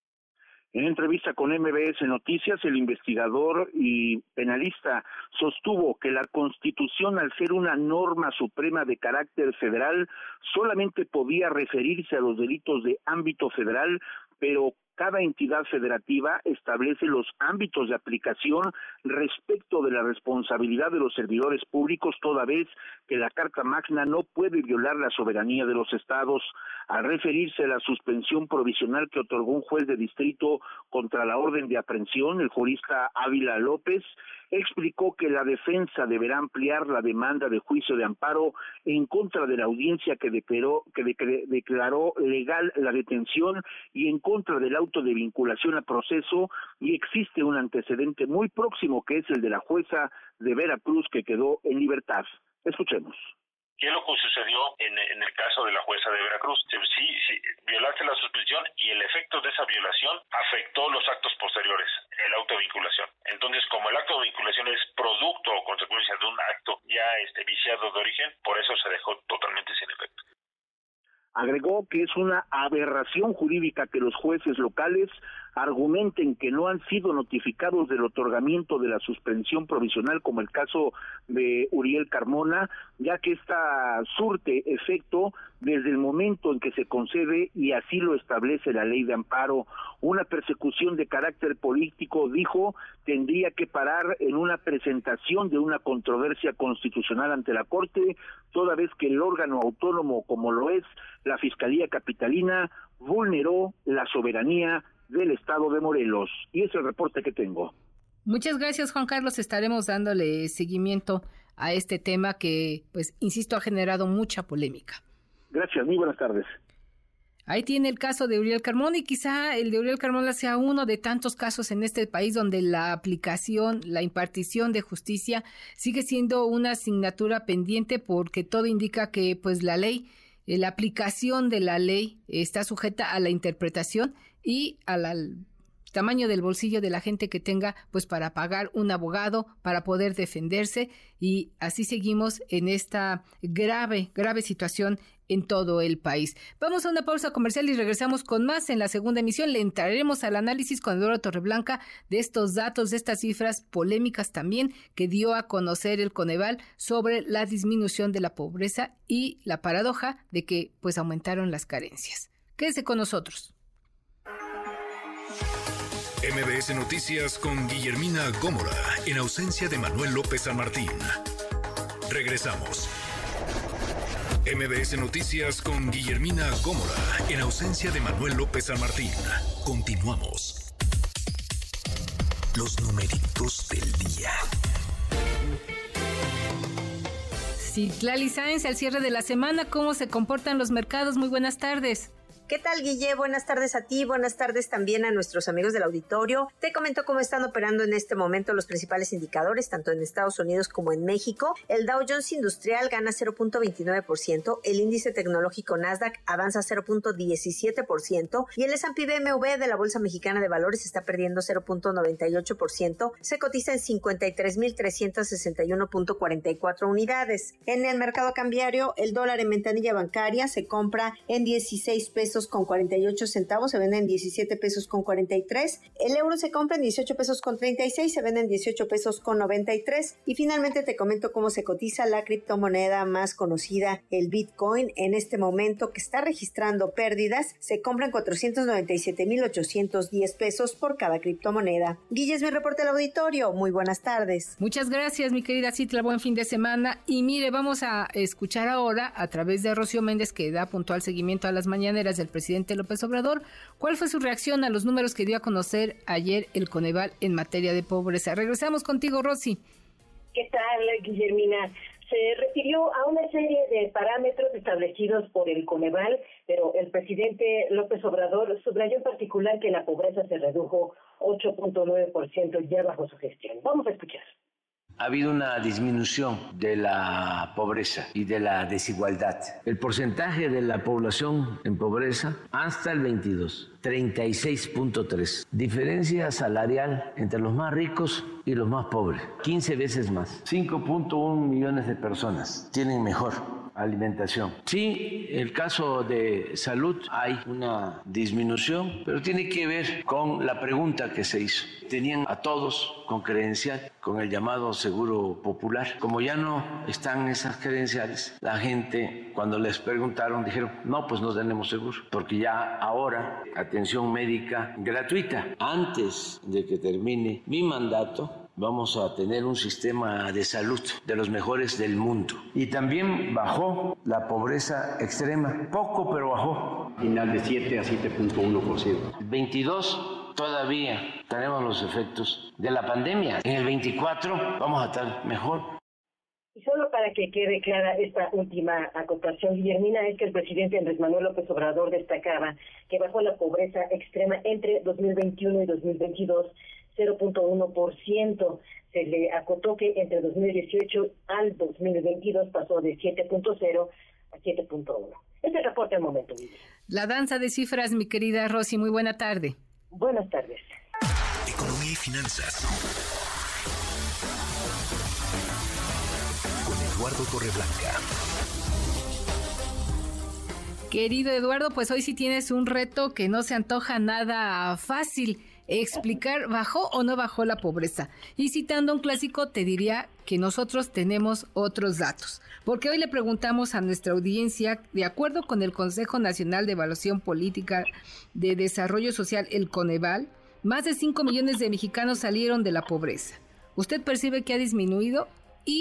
[SPEAKER 21] En entrevista con MBS Noticias, el investigador y penalista sostuvo que la Constitución, al ser una norma suprema de carácter federal, solamente podía referirse a los delitos de ámbito federal, pero cada entidad federativa establece los ámbitos de aplicación respecto de la responsabilidad de los servidores públicos, toda vez que la Carta Magna no puede violar la soberanía de los estados. Al referirse a la suspensión provisional que otorgó un juez de distrito contra la orden de aprehensión, el jurista Ávila López explicó que la defensa deberá ampliar la demanda de juicio de amparo en contra de la audiencia que declaró legal la detención y en contra del auto de vinculación a proceso, y existe un antecedente muy próximo que es el de la jueza de Veracruz que quedó en libertad. Escuchemos.
[SPEAKER 22] ¿Qué es lo que sucedió en el caso de la jueza de Veracruz? Sí, violaste la suspensión y el efecto de esa violación afectó los actos posteriores, el auto de vinculación. Entonces, como el acto de vinculación es producto o consecuencia de un acto ya viciado de origen, por eso se dejó totalmente sin efecto.
[SPEAKER 21] Agregó que es una aberración jurídica que los jueces locales argumenten que no han sido notificados del otorgamiento de la suspensión provisional, como el caso de Uriel Carmona, ya que esta surte efecto desde el momento en que se concede, y así lo establece la ley de amparo. Una persecución de carácter político, dijo, tendría que parar en una presentación de una controversia constitucional ante la Corte, toda vez que el órgano autónomo, como lo es la Fiscalía Capitalina, vulneró la soberanía del estado de Morelos. Y es el reporte que tengo.
[SPEAKER 2] Muchas gracias, Juan Carlos. Estaremos dándole seguimiento a este tema que, pues, insisto, ha generado mucha polémica.
[SPEAKER 21] Gracias, muy buenas tardes.
[SPEAKER 2] Ahí tiene el caso de Uriel Carmona y quizá el de Uriel Carmona sea uno de tantos casos en este país donde la aplicación, la impartición de justicia sigue siendo una asignatura pendiente porque todo indica que pues la ley, la aplicación de la ley está sujeta a la interpretación y al tamaño del bolsillo de la gente que tenga pues para pagar un abogado para poder defenderse, y así seguimos en esta grave situación en todo el país. Vamos a una pausa comercial y regresamos con más. En la segunda emisión le entraremos al análisis con Eduardo Torreblanca de estos datos, de estas cifras polémicas también que dio a conocer el Coneval sobre la disminución de la pobreza y la paradoja de que pues aumentaron las carencias. Quédese con nosotros.
[SPEAKER 1] MBS Noticias con Guillermina Gómora, en ausencia de Manuel López San Martín. Regresamos. MBS Noticias con Guillermina Gómora, en ausencia de Manuel López San Martín. Continuamos. Los numeritos del día.
[SPEAKER 2] Citlali Sáenz, al cierre de la semana, ¿cómo se comportan los mercados? Muy buenas tardes.
[SPEAKER 3] ¿Qué tal, Guille? Buenas tardes a ti, buenas tardes también a nuestros amigos del auditorio. Te comento cómo están operando en este momento los principales indicadores, tanto en Estados Unidos como en México. El Dow Jones Industrial gana 0.29%, el índice tecnológico Nasdaq avanza 0.17% y el S&P BMW de la Bolsa Mexicana de Valores está perdiendo 0.98%, se cotiza en 53,361.44 unidades. En el mercado cambiario, el dólar en ventanilla bancaria se compra en 16 pesos con 48 centavos, se vende en 17 pesos con 43. El euro se compra en 18 pesos con 36, se vende en 18 pesos con 93. Y finalmente te comento cómo se cotiza la criptomoneda más conocida, el Bitcoin, en este momento, que está registrando pérdidas. Se compran 497,810 pesos por cada criptomoneda. Guille, es mi reporte al auditorio. Muy buenas tardes.
[SPEAKER 2] Muchas gracias, mi querida Citla. Buen fin de semana. Y mire, vamos a escuchar ahora a través de Rocío Méndez, que da puntual seguimiento a las mañaneras del presidente López Obrador, cuál fue su reacción a los números que dio a conocer ayer el Coneval en materia de pobreza. Regresamos contigo, Rosy.
[SPEAKER 15] ¿Qué tal, Guillermina? Se refirió a una serie de parámetros establecidos por el Coneval, pero el presidente López Obrador subrayó en particular que la pobreza se redujo 8.9% ya bajo su gestión. Vamos a escuchar.
[SPEAKER 4] Ha habido una disminución de la pobreza y de la desigualdad. El porcentaje de la población en pobreza hasta el 22, 36.3. Diferencia salarial entre los más ricos y los más pobres, 15 veces más. 5.1 millones de personas tienen mejor alimentación. Sí, el caso de salud hay una disminución, pero tiene que ver con la pregunta que se hizo. Tenían a todos con credencial, con el llamado seguro popular. Como ya no están esas credenciales, la gente cuando les preguntaron dijeron, no, pues no tenemos seguro, porque ya ahora atención médica gratuita. Antes de que termine mi mandato, vamos a tener un sistema de salud de los mejores del mundo. Y también bajó la pobreza extrema, poco pero bajó.
[SPEAKER 7] Final de 7 a 7.1%.
[SPEAKER 4] 22 todavía tenemos los efectos de la pandemia. En el 24 vamos a estar mejor.
[SPEAKER 15] Y solo para que quede clara esta última acotación, Guillermina, es que el presidente Andrés Manuel López Obrador destacaba que bajó la pobreza extrema entre 2021 y 2022 0.1%. Se le acotó que entre 2018 al 2022 pasó de 7.0 a 7.1. Este es el reporte al momento.
[SPEAKER 2] La danza de cifras, mi querida Rosy, muy buena tarde.
[SPEAKER 15] Buenas tardes.
[SPEAKER 1] Economía y finanzas. Con Eduardo Torreblanca.
[SPEAKER 2] Querido Eduardo, pues hoy sí tienes un reto que no se antoja nada fácil. Explicar, ¿bajó o no bajó la pobreza? Y citando un clásico, te diría que nosotros tenemos otros datos. Porque hoy le preguntamos a nuestra audiencia, de acuerdo con el Consejo Nacional de Evaluación Política de Desarrollo Social, el Coneval, más de 5 millones de mexicanos salieron de la pobreza. ¿Usted percibe que ha disminuido? Y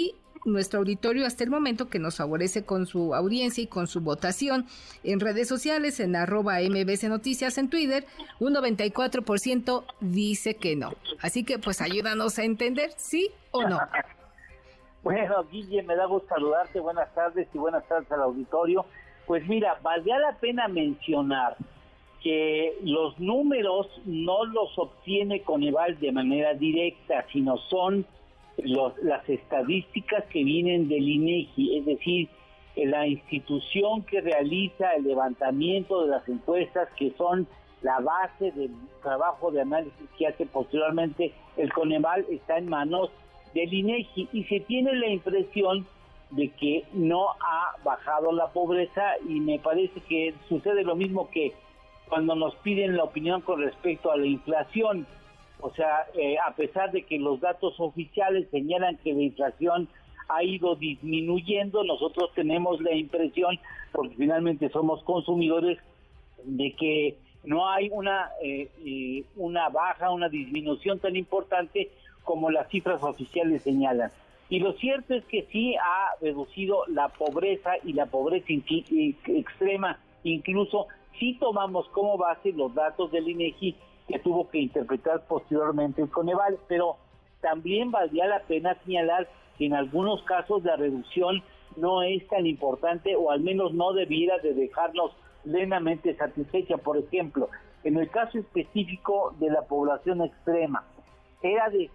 [SPEAKER 2] nuestro auditorio hasta el momento, que nos favorece con su audiencia y con su votación en redes sociales, en @MBC Noticias en Twitter, un 94% dice que no. Así que pues ayúdanos a entender, ¿sí o no?
[SPEAKER 8] Bueno, Guille, me da gusto saludarte, buenas tardes y buenas tardes al auditorio. Pues mira, valdría la pena mencionar que los números no los obtiene Coneval de manera directa, sino son las estadísticas que vienen del INEGI, es decir, la institución que realiza el levantamiento de las encuestas, que son la base del trabajo de análisis que hace posteriormente el Coneval, está en manos del INEGI, y se tiene la impresión de que no ha bajado la pobreza, y me parece que sucede lo mismo que cuando nos piden la opinión con respecto a la inflación. O sea, a pesar de que los datos oficiales señalan que la inflación ha ido disminuyendo, nosotros tenemos la impresión, porque finalmente somos consumidores, de que no hay una baja, una disminución tan importante como las cifras oficiales señalan. Y lo cierto es que sí ha reducido la pobreza, y la pobreza extrema, incluso si tomamos como base los datos del INEGI que tuvo que interpretar posteriormente el Coneval. Pero también valdría la pena señalar que en algunos casos la reducción no es tan importante, o al menos no debiera de dejarnos plenamente satisfecha. Por ejemplo, en el caso específico de la población extrema, era de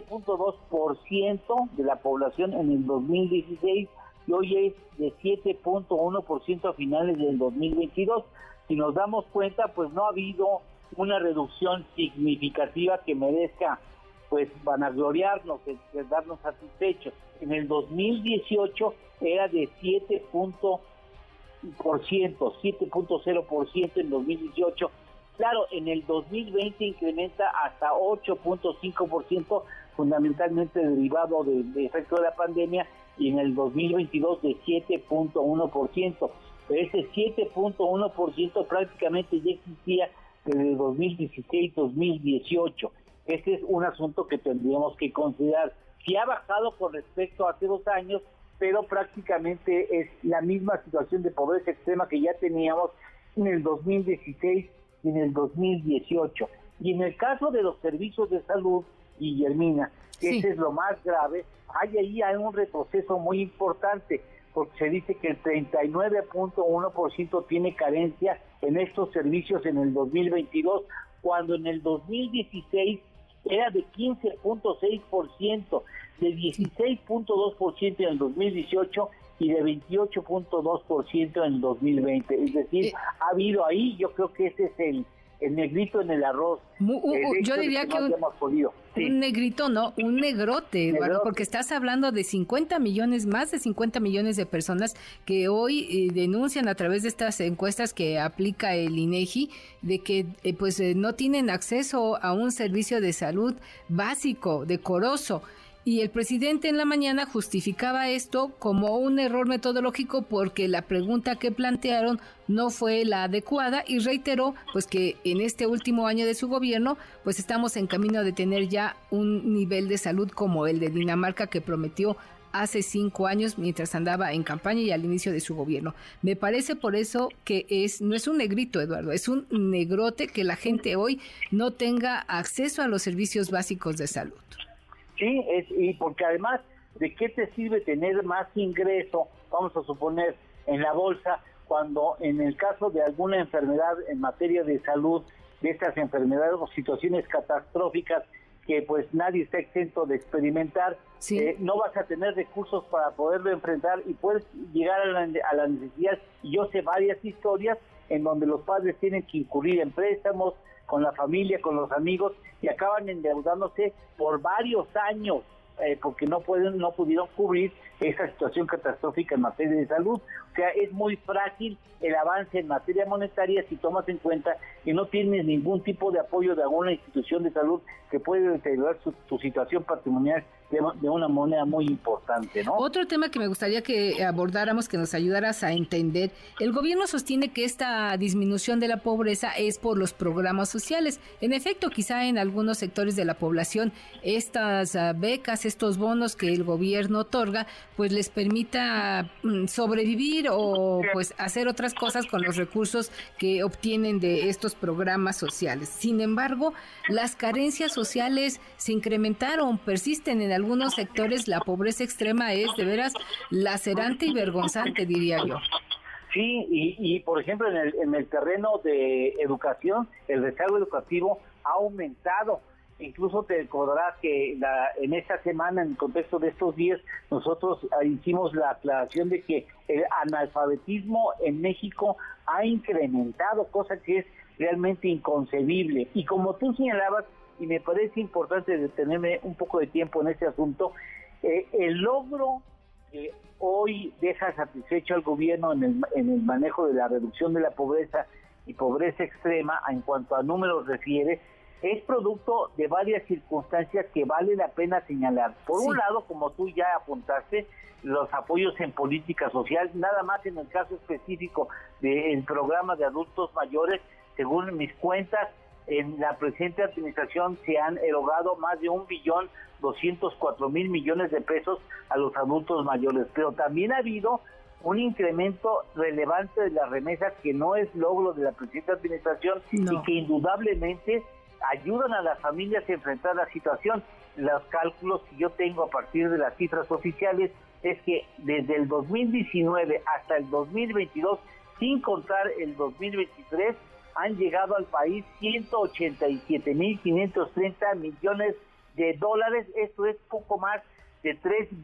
[SPEAKER 8] 7.2% de la población en el 2016 y hoy es de 7.1% a finales del 2022. Si nos damos cuenta, pues no ha habido una reducción significativa que merezca pues vanagloriarnos, darnos satisfechos. En el 2018 era de 7.0% en 2018. Claro, en el 2020 incrementa hasta 8.5%, fundamentalmente derivado del efecto de la pandemia, y en el 2022 de 7.1%. Pero ese 7.1% prácticamente ya existía desde 2016-2018. Este es un asunto que tendríamos que considerar. Sí ha bajado con respecto a hace 2 años, pero prácticamente es la misma situación de pobreza extrema que ya teníamos en el 2016 y en el 2018. Y en el caso de los servicios de salud, Guillermina, que ese es lo más grave, hay un retroceso muy importante, porque se dice que el 39.1% tiene carencia en estos servicios en el 2022, cuando en el 2016 era de 15.6%, de 16.2% en el 2018 y de 28.2% en el 2020. Es decir, ha habido ahí, yo creo que ese es el negrito en el arroz.
[SPEAKER 2] Yo diría que un negrito, no, un negrote, Eduardo, porque estás hablando de 50 millones, más de 50 millones de personas que hoy denuncian a través de estas encuestas que aplica el INEGI, de que no tienen acceso a un servicio de salud básico, decoroso. Y el presidente en la mañana justificaba esto como un error metodológico porque la pregunta que plantearon no fue la adecuada, y reiteró pues que en este último año de su gobierno pues estamos en camino de tener ya un nivel de salud como el de Dinamarca, que prometió hace 5 años mientras andaba en campaña y al inicio de su gobierno. Me parece por eso que no es un negrito, Eduardo, es un negrote que la gente hoy no tenga acceso a los servicios básicos de salud.
[SPEAKER 8] Sí, y porque además, ¿de qué te sirve tener más ingreso, vamos a suponer, en la bolsa, cuando en el caso de alguna enfermedad en materia de salud, de estas enfermedades o situaciones catastróficas que pues nadie está exento de experimentar, no vas a tener recursos para poderlo enfrentar y puedes llegar a la necesidad? Y yo sé varias historias en donde los padres tienen que incurrir en préstamos con la familia, con los amigos, y acaban endeudándose por varios años porque no pudieron cubrir esa situación catastrófica en materia de salud. O sea, es muy frágil el avance en materia monetaria si tomas en cuenta que no tienes ningún tipo de apoyo de alguna institución de salud que puede deteriorar tu situación patrimonial de una manera muy importante, ¿no?
[SPEAKER 2] Otro tema que me gustaría que abordáramos, que nos ayudaras a entender, el gobierno sostiene que esta disminución de la pobreza es por los programas sociales. En efecto, quizá en algunos sectores de la población estas becas, estos bonos que el gobierno otorga, pues les permita sobrevivir o pues hacer otras cosas con los recursos que obtienen de estos programas sociales. Sin embargo, las carencias sociales se incrementaron, persisten en algunos sectores. La pobreza extrema es de veras lacerante y vergonzante, diría yo.
[SPEAKER 8] Sí, y por ejemplo en el terreno de educación, el rezago educativo ha aumentado. Incluso te recordarás que en esta semana, en el contexto de estos días, nosotros hicimos la aclaración de que el analfabetismo en México ha incrementado, cosa que es realmente inconcebible. Y como tú señalabas, y me parece importante detenerme un poco de tiempo en este asunto, el logro que hoy deja satisfecho al gobierno en el manejo de la reducción de la pobreza y pobreza extrema, en cuanto a números refiere, es producto de varias circunstancias que vale la pena señalar. Por un lado, como tú ya apuntaste, los apoyos en política social, nada más en el caso específico del programa de adultos mayores, según mis cuentas, en la presente administración se han erogado más de 1.204.000 millones de pesos a los adultos mayores, pero también ha habido un incremento relevante de las remesas que no es logro de la presente administración y que indudablemente ayudan a las familias a enfrentar la situación. Los cálculos que yo tengo a partir de las cifras oficiales es que desde el 2019 hasta el 2022, sin contar el 2023, han llegado al país 187.530 millones de dólares. Esto es poco más de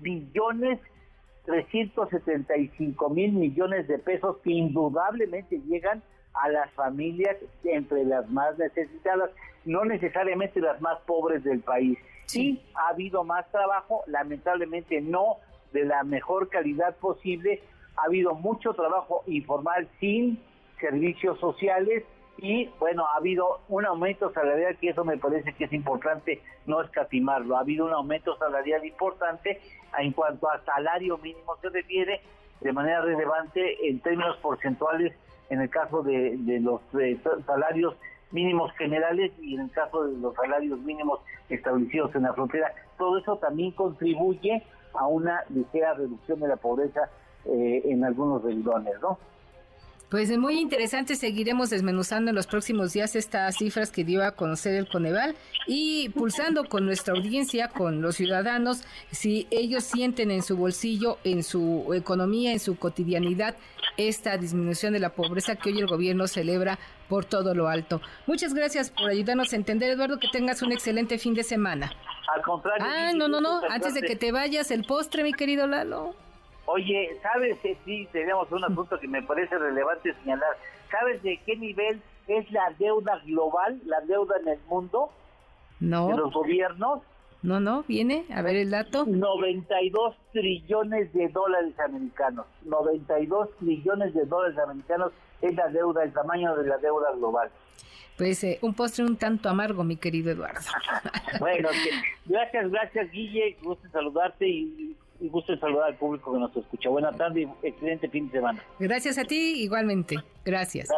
[SPEAKER 8] 3.375.000 millones de pesos que indudablemente llegan a las familias entre las más necesitadas, no necesariamente las más pobres del país. Sí, ha habido más trabajo, lamentablemente no de la mejor calidad posible, ha habido mucho trabajo informal sin servicios sociales y bueno, ha habido un aumento salarial, que eso me parece que es importante no escatimarlo. Ha habido un aumento salarial importante en cuanto a salario mínimo se refiere, de manera relevante en términos porcentuales en el caso de los salarios mínimos generales y en el caso de los salarios mínimos establecidos en la frontera. Todo eso también contribuye a una ligera reducción de la pobreza en algunos renglones, ¿no?
[SPEAKER 2] Pues es muy interesante, seguiremos desmenuzando en los próximos días estas cifras que dio a conocer el Coneval y pulsando con nuestra audiencia, con los ciudadanos, si ellos sienten en su bolsillo, en su economía, en su cotidianidad, esta disminución de la pobreza que hoy el gobierno celebra por todo lo alto. Muchas gracias por ayudarnos a entender, Eduardo, que tengas un excelente fin de semana.
[SPEAKER 8] Al contrario.
[SPEAKER 2] No, antes de que te vayas, el postre, mi querido Lalo.
[SPEAKER 8] Oye, ¿sabes que sí tenemos un asunto que me parece relevante señalar? ¿Sabes de qué nivel es la deuda global, la deuda en el mundo?
[SPEAKER 2] No.
[SPEAKER 8] ¿De los gobiernos?
[SPEAKER 2] No, viene, a ver el dato.
[SPEAKER 8] 92 trillones de dólares americanos. 92 trillones de dólares americanos es la deuda, el tamaño de la deuda global.
[SPEAKER 2] Pues un postre un tanto amargo, mi querido Eduardo.
[SPEAKER 8] Bueno, gracias Guille, gusto saludarte y gusto en saludar al público que nos escucha. Buenas tardes y excelente fin de semana.
[SPEAKER 2] Gracias a ti, igualmente. Gracias.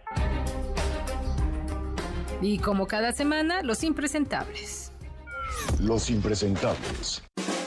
[SPEAKER 2] Y como cada semana, los impresentables.
[SPEAKER 1] Los impresentables.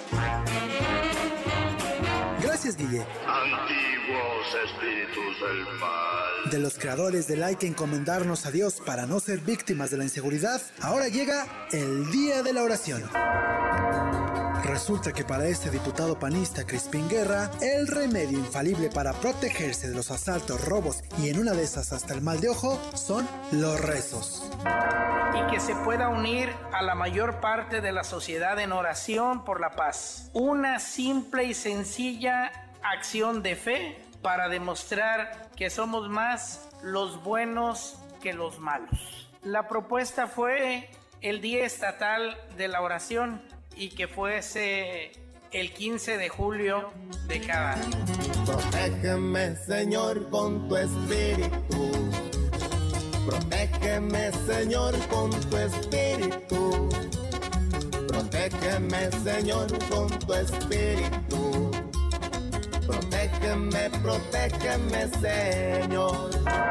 [SPEAKER 10] Gracias, Guille.
[SPEAKER 13] Antiguos espíritus del mal.
[SPEAKER 10] De los creadores del hay que encomendarnos a Dios para no ser víctimas de la inseguridad, ahora llega el Día de la Oración. Resulta que para este diputado panista Crispín Guerra, el remedio infalible para protegerse de los asaltos, robos y en una de esas hasta el mal de ojo son los rezos.
[SPEAKER 23] Y que se pueda unir a la mayor parte de la sociedad en oración por la paz. Una simple y sencilla acción de fe para demostrar que somos más los buenos que los malos. La propuesta fue el Día Estatal de la Oración y que fuese el 15 de julio de cada año.
[SPEAKER 5] Protégeme, Señor, con tu espíritu. Protégeme, Señor, con tu espíritu. Protégeme, Señor, con tu espíritu. Protégeme, Señor.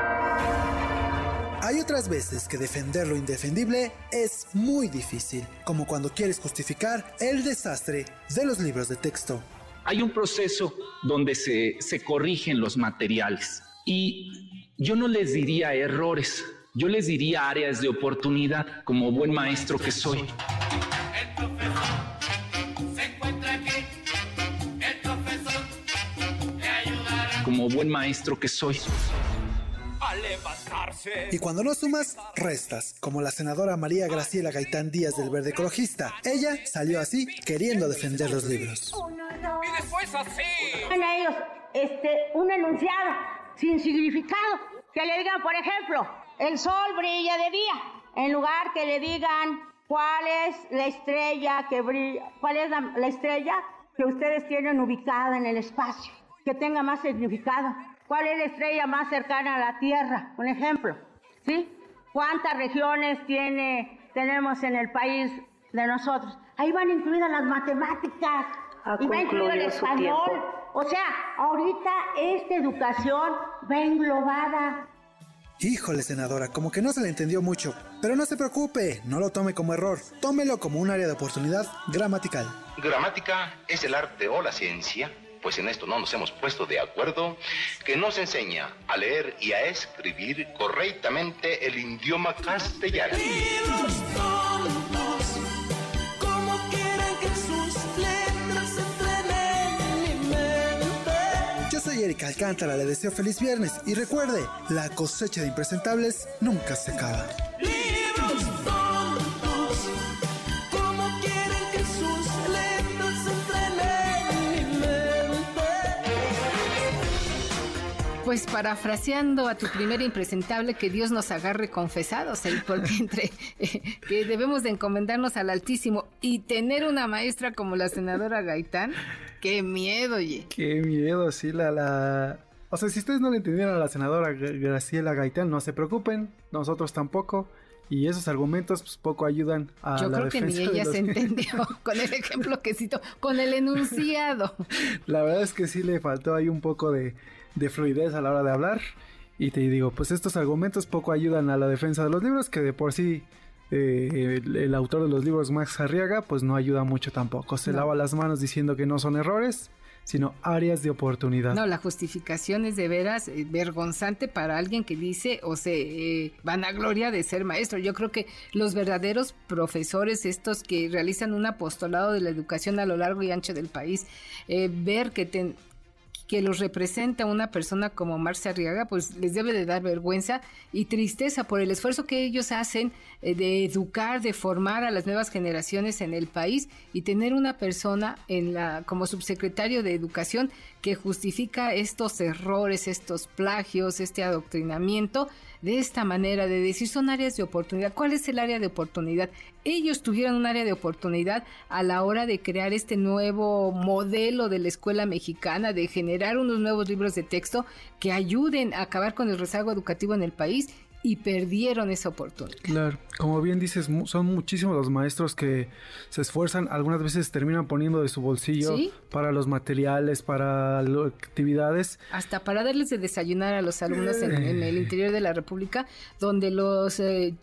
[SPEAKER 10] Hay otras veces que defender lo indefendible es muy difícil, como cuando quieres justificar el desastre de los libros de texto.
[SPEAKER 6] Hay un proceso donde se corrigen los materiales y yo no les diría errores, yo les diría áreas de oportunidad, como buen maestro que soy.
[SPEAKER 5] El profesor se encuentra aquí. El profesor te ayudará.
[SPEAKER 6] Como buen maestro que soy.
[SPEAKER 10] Y cuando no sumas, restas, como la senadora María Graciela Gaitán Díaz del Verde Ecologista. Ella salió así queriendo defender los libros.
[SPEAKER 5] Y después así.
[SPEAKER 14] A ellos, un enunciado sin significado, que le digan, por ejemplo, el sol brilla de día, en lugar que le digan cuál es la estrella que brilla, cuál es la estrella que ustedes tienen ubicada en el espacio, que tenga más significado. ¿Cuál es la estrella más cercana a la Tierra? Un ejemplo, ¿sí? ¿Cuántas regiones tenemos en el país de nosotros? Ahí van incluidas las matemáticas, y va incluido el español. O sea, ahorita esta educación va englobada.
[SPEAKER 10] Híjole, senadora, como que no se le entendió mucho. Pero no se preocupe, no lo tome como error. Tómelo como un área de oportunidad gramatical.
[SPEAKER 24] Gramática es el arte o la ciencia, pues en esto no nos hemos puesto de acuerdo, que nos enseña a leer y a escribir correctamente el idioma castellano.
[SPEAKER 5] Libros tontos, como quieren que sus letras entren en mi mente.
[SPEAKER 10] Yo soy Erika Alcántara, le deseo feliz viernes y recuerde, la cosecha de impresentables nunca se acaba.
[SPEAKER 5] Libros tontos, como quieren que sus letras entren en mi mente.
[SPEAKER 2] Pues parafraseando a tu primera impresentable, que Dios nos agarre confesados, porque que debemos de encomendarnos al Altísimo y tener una maestra como la senadora Gaitán, qué miedo, oye.
[SPEAKER 25] Qué miedo, sí, O sea, si ustedes no le entendieron a la senadora Graciela Gaitán, no se preocupen, nosotros tampoco. Y esos argumentos pues poco ayudan a
[SPEAKER 2] Yo
[SPEAKER 25] la
[SPEAKER 2] creo que ni ella se entendió con el ejemplo que citó, con el enunciado.
[SPEAKER 25] La verdad es que sí le faltó ahí un poco de fluidez a la hora de hablar. Y te digo, pues estos argumentos poco ayudan a la defensa de los libros, que de por sí el autor de los libros, Max Arriaga, pues no ayuda mucho tampoco. Se lava las manos diciendo que no son errores, sino áreas de oportunidad.
[SPEAKER 2] No, la justificación es de veras vergonzante para alguien que dice o se vanagloria de ser maestro. Yo creo que los verdaderos profesores, estos que realizan un apostolado de la educación a lo largo y ancho del país, ver que los representa una persona como Marcia Arriaga, pues les debe de dar vergüenza y tristeza por el esfuerzo que ellos hacen de educar, de formar a las nuevas generaciones en el país, y tener una persona como subsecretario de Educación que justifica estos errores, estos plagios, este adoctrinamiento de esta manera, de decir son áreas de oportunidad. ¿Cuál es el área de oportunidad? Ellos tuvieron un área de oportunidad a la hora de crear este nuevo modelo de la escuela mexicana, de generar unos nuevos libros de texto que ayuden a acabar con el rezago educativo en el país, y perdieron esa oportunidad.
[SPEAKER 25] Claro, como bien dices, son muchísimos los maestros que se esfuerzan, algunas veces terminan poniendo de su bolsillo, ¿sí?, para los materiales, para las actividades.
[SPEAKER 2] Hasta para darles de desayunar a los alumnos en el interior de la República, donde los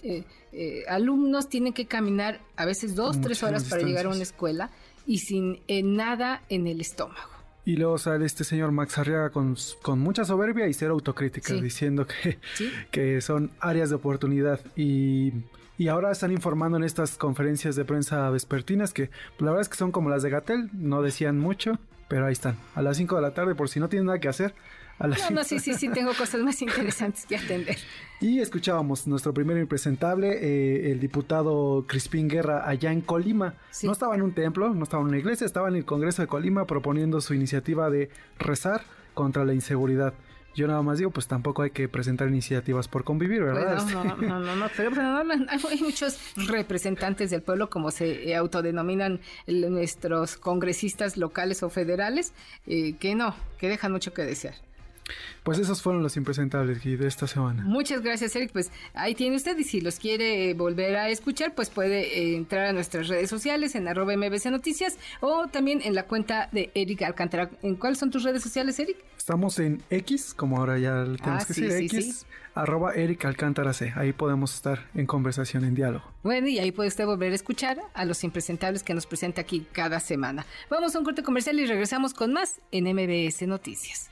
[SPEAKER 2] alumnos tienen que caminar a veces 2-3 horas para llegar a una escuela y sin nada en el estómago.
[SPEAKER 25] Y luego sale este señor Max Arriaga con mucha soberbia y cero autocrítica, sí, diciendo que son áreas de oportunidad. Y ahora están informando en estas conferencias de prensa vespertinas que la verdad es que son como las de Gatell, no decían mucho, pero ahí están, a las 5 de la tarde, por si no tienen nada que hacer.
[SPEAKER 2] Sí, tengo cosas más interesantes que atender.
[SPEAKER 25] Y escuchábamos nuestro primer impresentable, el diputado Crispín Guerra, allá en Colima. Sí. No estaba en un templo, no estaba en una iglesia, estaba en el Congreso de Colima proponiendo su iniciativa de rezar contra la inseguridad. Yo nada más digo, pues tampoco hay que presentar iniciativas por convivir, ¿verdad?
[SPEAKER 2] No, pero hay muchos representantes del pueblo, como se autodenominan nuestros congresistas locales o federales, que dejan mucho que desear.
[SPEAKER 25] Pues esos fueron los impresentables de esta semana.
[SPEAKER 2] Muchas gracias, Eric. Pues ahí tiene usted, y si los quiere volver a escuchar, pues puede entrar a nuestras redes sociales en @MBC Noticias o también en la cuenta de Eric Alcántara. ¿En cuáles son tus redes sociales, Eric?
[SPEAKER 25] Estamos en X, como ahora ya le tenemos que decir, X, @Eric Alcántara C. Ahí podemos estar en conversación, en diálogo.
[SPEAKER 2] Bueno, y ahí puede usted volver a escuchar a los impresentables que nos presenta aquí cada semana. Vamos a un corte comercial y regresamos con más en MBS Noticias.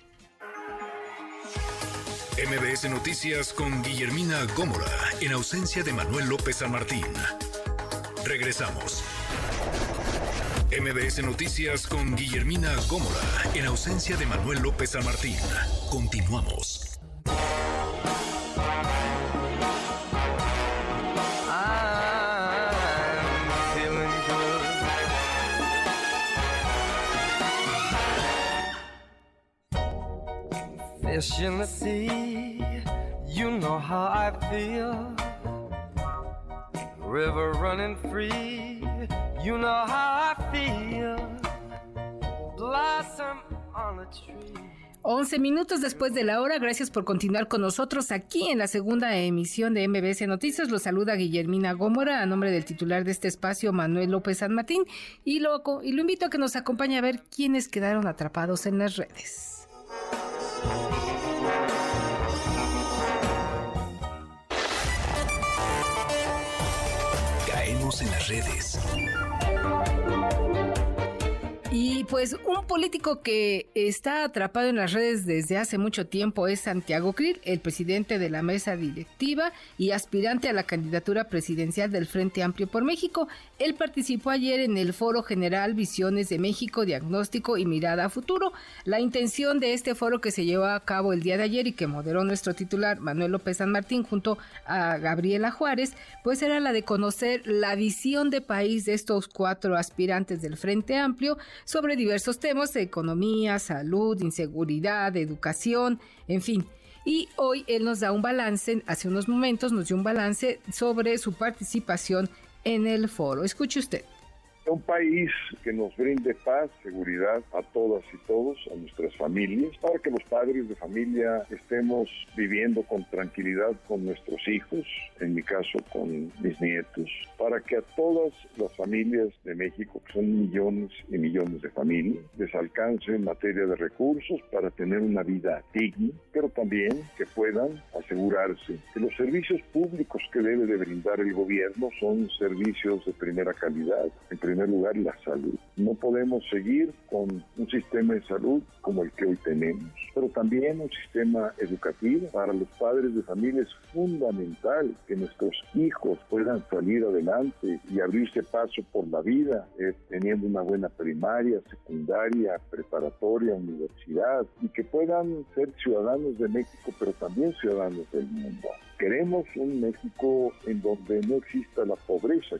[SPEAKER 1] MBS Noticias con Guillermina Gómora, en ausencia de Manuel López San Martín. Regresamos. MBS Noticias con Guillermina Gómora, en ausencia de Manuel López San Martín. Continuamos.
[SPEAKER 9] Fish in the sea, you know how I feel. River running free, you know how I feel. Blossom on a tree.
[SPEAKER 2] 11 minutos después de la hora, gracias por continuar con nosotros aquí en la segunda emisión de MBS Noticias. Los saluda Guillermina Gómora a nombre del titular de este espacio, Manuel López San Martín, y lo invito a que nos acompañe a ver quiénes quedaron atrapados en las redes.
[SPEAKER 1] Caemos en las redes.
[SPEAKER 2] Y pues un político que está atrapado en las redes desde hace mucho tiempo es Santiago Krill, el presidente de la mesa directiva y aspirante a la candidatura presidencial del Frente Amplio por México. Él participó ayer en el Foro General Visiones de México, Diagnóstico y Mirada a Futuro. La intención de este foro, que se llevó a cabo el día de ayer y que moderó nuestro titular Manuel López San Martín junto a Gabriela Juárez, pues era la de conocer la visión de país de estos 4 aspirantes del Frente Amplio sobre diversos temas de economía, salud, inseguridad, educación, en fin. Y hoy él nos da un balance, hace unos momentos nos dio un balance sobre su participación en el foro. Escuche usted.
[SPEAKER 16] Un país que nos brinde paz, seguridad a todas y todos, a nuestras familias, para que los padres de familia estemos viviendo con tranquilidad con nuestros hijos, en mi caso con mis nietos, para que a todas las familias de México, que son millones y millones de familias, les alcance en materia de recursos para tener una vida digna, pero también que puedan asegurarse que los servicios públicos que debe de brindar el gobierno son servicios de primera calidad. En primer lugar, la salud. No podemos seguir con un sistema de salud como el que hoy tenemos, pero también un sistema educativo. Para los padres de familia es fundamental que nuestros hijos puedan salir adelante y abrirse paso por la vida, teniendo una buena primaria, secundaria, preparatoria, universidad, y que puedan ser ciudadanos de México, pero también ciudadanos del mundo. Queremos un México en donde no exista la pobreza.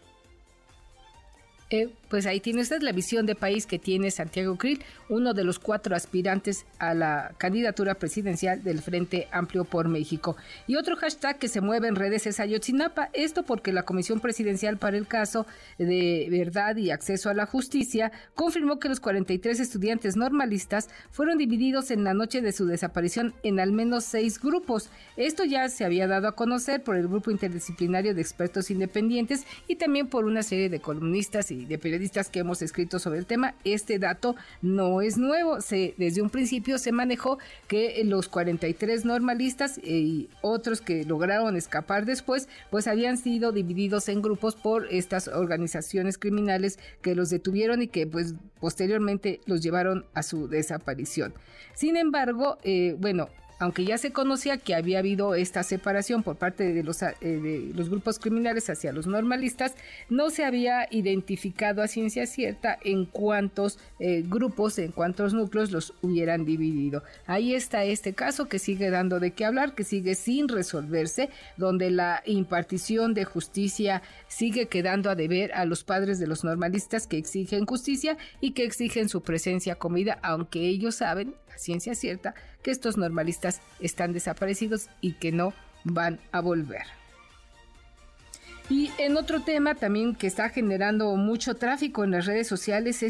[SPEAKER 2] Pues ahí tiene usted la visión de país que tiene Santiago Krill, uno de los 4 aspirantes a la candidatura presidencial del Frente Amplio por México. Y otro hashtag que se mueve en redes es Ayotzinapa, esto porque la Comisión Presidencial para el Caso de Verdad y Acceso a la Justicia confirmó que los 43 estudiantes normalistas fueron divididos en la noche de su desaparición en al menos 6 grupos. Esto ya se había dado a conocer por el Grupo Interdisciplinario de Expertos Independientes y también por una serie de columnistas y de periodistas que hemos escrito sobre el tema. Este dato no es nuevo. Desde un principio se manejó que los 43 normalistas y otros que lograron escapar después, pues habían sido divididos en grupos por estas organizaciones criminales que los detuvieron y que pues posteriormente los llevaron a su desaparición. Sin embargo, aunque ya se conocía que había habido esta separación por parte de los grupos criminales hacia los normalistas, no se había identificado a ciencia cierta en cuántos grupos, en cuántos núcleos los hubieran dividido. Ahí está este caso que sigue dando de qué hablar, que sigue sin resolverse, donde la impartición de justicia sigue quedando a deber a los padres de los normalistas que exigen justicia y que exigen su presencia comida, aunque ellos saben a ciencia cierta que estos normalistas están desaparecidos y que no van a volver. Y en otro tema también que está generando mucho tráfico en las redes sociales,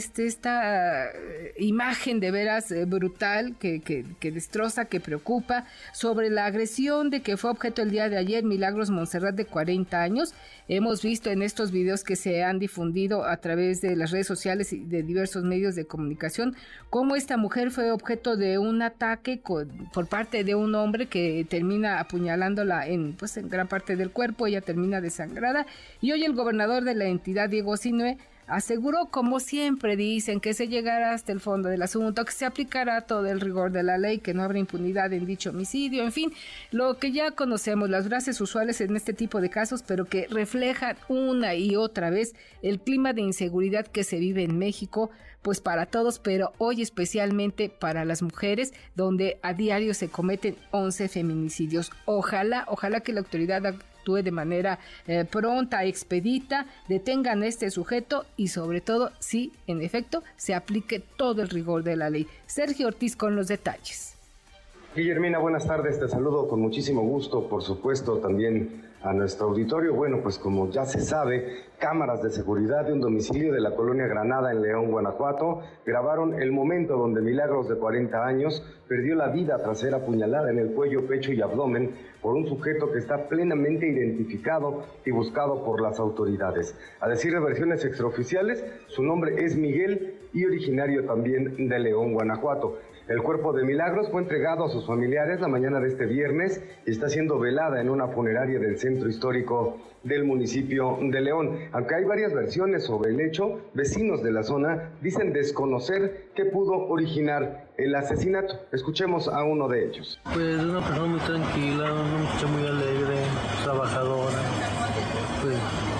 [SPEAKER 2] esta imagen de veras brutal que destroza, que preocupa, sobre la agresión de que fue objeto el día de ayer Milagros Montserrat, de 40 años. Hemos visto en estos videos que se han difundido a través de las redes sociales y de diversos medios de comunicación, cómo esta mujer fue objeto de un ataque por parte de un hombre que termina apuñalándola en gran parte del cuerpo. Ella termina desangrada. Y hoy el gobernador de la entidad, Diego Sinue, aseguró, como siempre dicen, que se llegará hasta el fondo del asunto, que se aplicará todo el rigor de la ley, que no habrá impunidad en dicho homicidio, en fin, lo que ya conocemos, las frases usuales en este tipo de casos, pero que reflejan una y otra vez el clima de inseguridad que se vive en México, pues para todos, pero hoy especialmente para las mujeres, donde a diario se cometen 11 feminicidios. Ojalá que la autoridad actúe de manera pronta, expedita, detengan a este sujeto y sobre todo, si en efecto se aplique todo el rigor de la ley. Sergio Ortiz con los detalles.
[SPEAKER 11] Guillermina, buenas tardes, te saludo con muchísimo gusto, por supuesto también a nuestro auditorio. Bueno, pues como ya se sabe, cámaras de seguridad de un domicilio de la colonia Granada en León, Guanajuato, grabaron el momento donde Milagros, de 40 años, perdió la vida tras ser apuñalada en el cuello, pecho y abdomen por un sujeto que está plenamente identificado y buscado por las autoridades. A decir de versiones extraoficiales, su nombre es Miguel y originario también de León, Guanajuato. El cuerpo de Milagros fue entregado a sus familiares la mañana de este viernes y está siendo velada en una funeraria del centro histórico del municipio de León. Aunque hay varias versiones sobre el hecho, vecinos de la zona dicen desconocer qué pudo originar el asesinato. Escuchemos a uno de ellos.
[SPEAKER 12] Pues una persona muy tranquila, una muchacha muy alegre, trabajadora. Pues,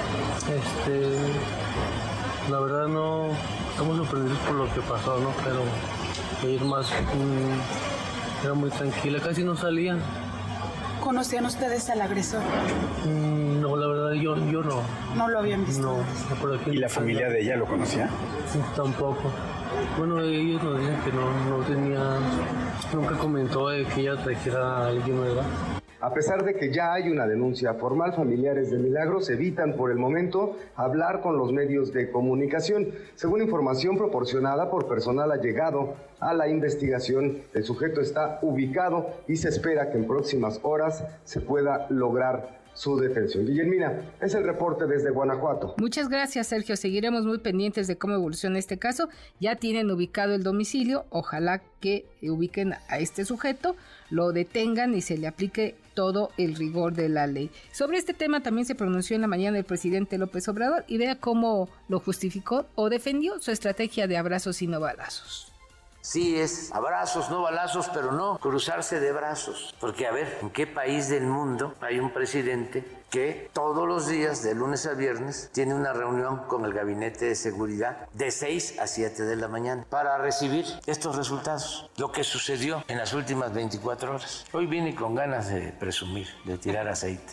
[SPEAKER 12] la verdad no estamos sorprendidos por lo que pasó, ¿no? Pero ir más, era muy tranquila, casi no salía.
[SPEAKER 17] ¿Conocían ustedes al agresor?
[SPEAKER 12] No, la verdad yo no.
[SPEAKER 17] ¿No lo habían visto?
[SPEAKER 12] No, por aquí.
[SPEAKER 18] ¿Y la familia de ella lo conocía?
[SPEAKER 12] Tampoco. Bueno, ellos nos dicen que no tenía, nunca comentó que ella trajera a alguien, ¿verdad?
[SPEAKER 11] A pesar de que ya hay una denuncia formal, familiares de Milagros evitan por el momento hablar con los medios de comunicación. Según información proporcionada por personal allegado a la investigación, el sujeto está ubicado y se espera que en próximas horas se pueda lograr su detención. Guillermina, es el reporte desde Guanajuato.
[SPEAKER 2] Muchas gracias, Sergio. Seguiremos muy pendientes de cómo evoluciona este caso. Ya tienen ubicado el domicilio. Ojalá que ubiquen a este sujeto, lo detengan y se le aplique todo el rigor de la ley. Sobre este tema también se pronunció en la mañana el presidente López Obrador y vea cómo lo justificó o defendió su estrategia de abrazos y no balazos.
[SPEAKER 4] Sí, es abrazos, no balazos, pero no cruzarse de brazos. Porque, a ver, ¿en qué país del mundo hay un presidente que todos los días, de lunes a viernes, tiene una reunión con el Gabinete de Seguridad de 6 a 7 de la mañana para recibir estos resultados? Lo que sucedió en las últimas 24 horas. Hoy vine con ganas de presumir, de tirar aceite.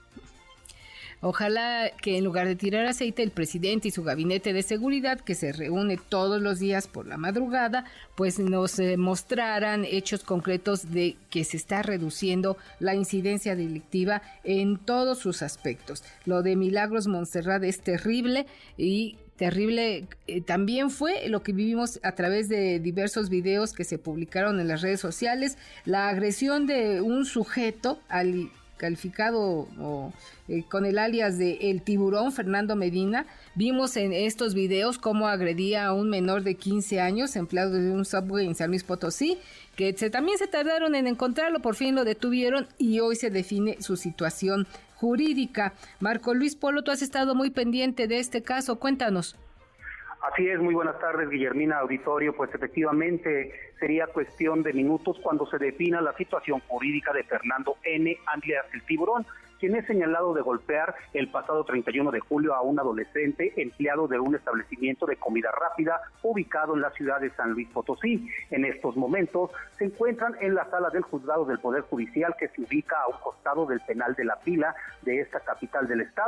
[SPEAKER 2] Ojalá que en lugar de tirar aceite, el presidente y su gabinete de seguridad, que se reúne todos los días por la madrugada, pues nos mostraran hechos concretos de que se está reduciendo la incidencia delictiva en todos sus aspectos. Lo de Milagros Montserrat es terrible y terrible también fue lo que vivimos a través de diversos videos que se publicaron en las redes sociales, la agresión de un sujeto calificado con el alias de El Tiburón, Fernando Medina. Vimos en estos videos cómo agredía a un menor de 15 años, empleado de un Subway en San Luis Potosí, que también se tardaron en encontrarlo, por fin lo detuvieron y hoy se define su situación jurídica. Marco Luis Polo, tú has estado muy pendiente de este caso, cuéntanos.
[SPEAKER 19] Así es, muy buenas tardes, Guillermina, auditorio. Pues efectivamente sería cuestión de minutos cuando se defina la situación jurídica de Fernando N. alias El Tiburón, quien es señalado de golpear el pasado 31 de julio a un adolescente empleado de un establecimiento de comida rápida ubicado en la ciudad de San Luis Potosí. En estos momentos se encuentran en la sala del juzgado del Poder Judicial, que se ubica a un costado del penal de La Pila de esta capital del estado.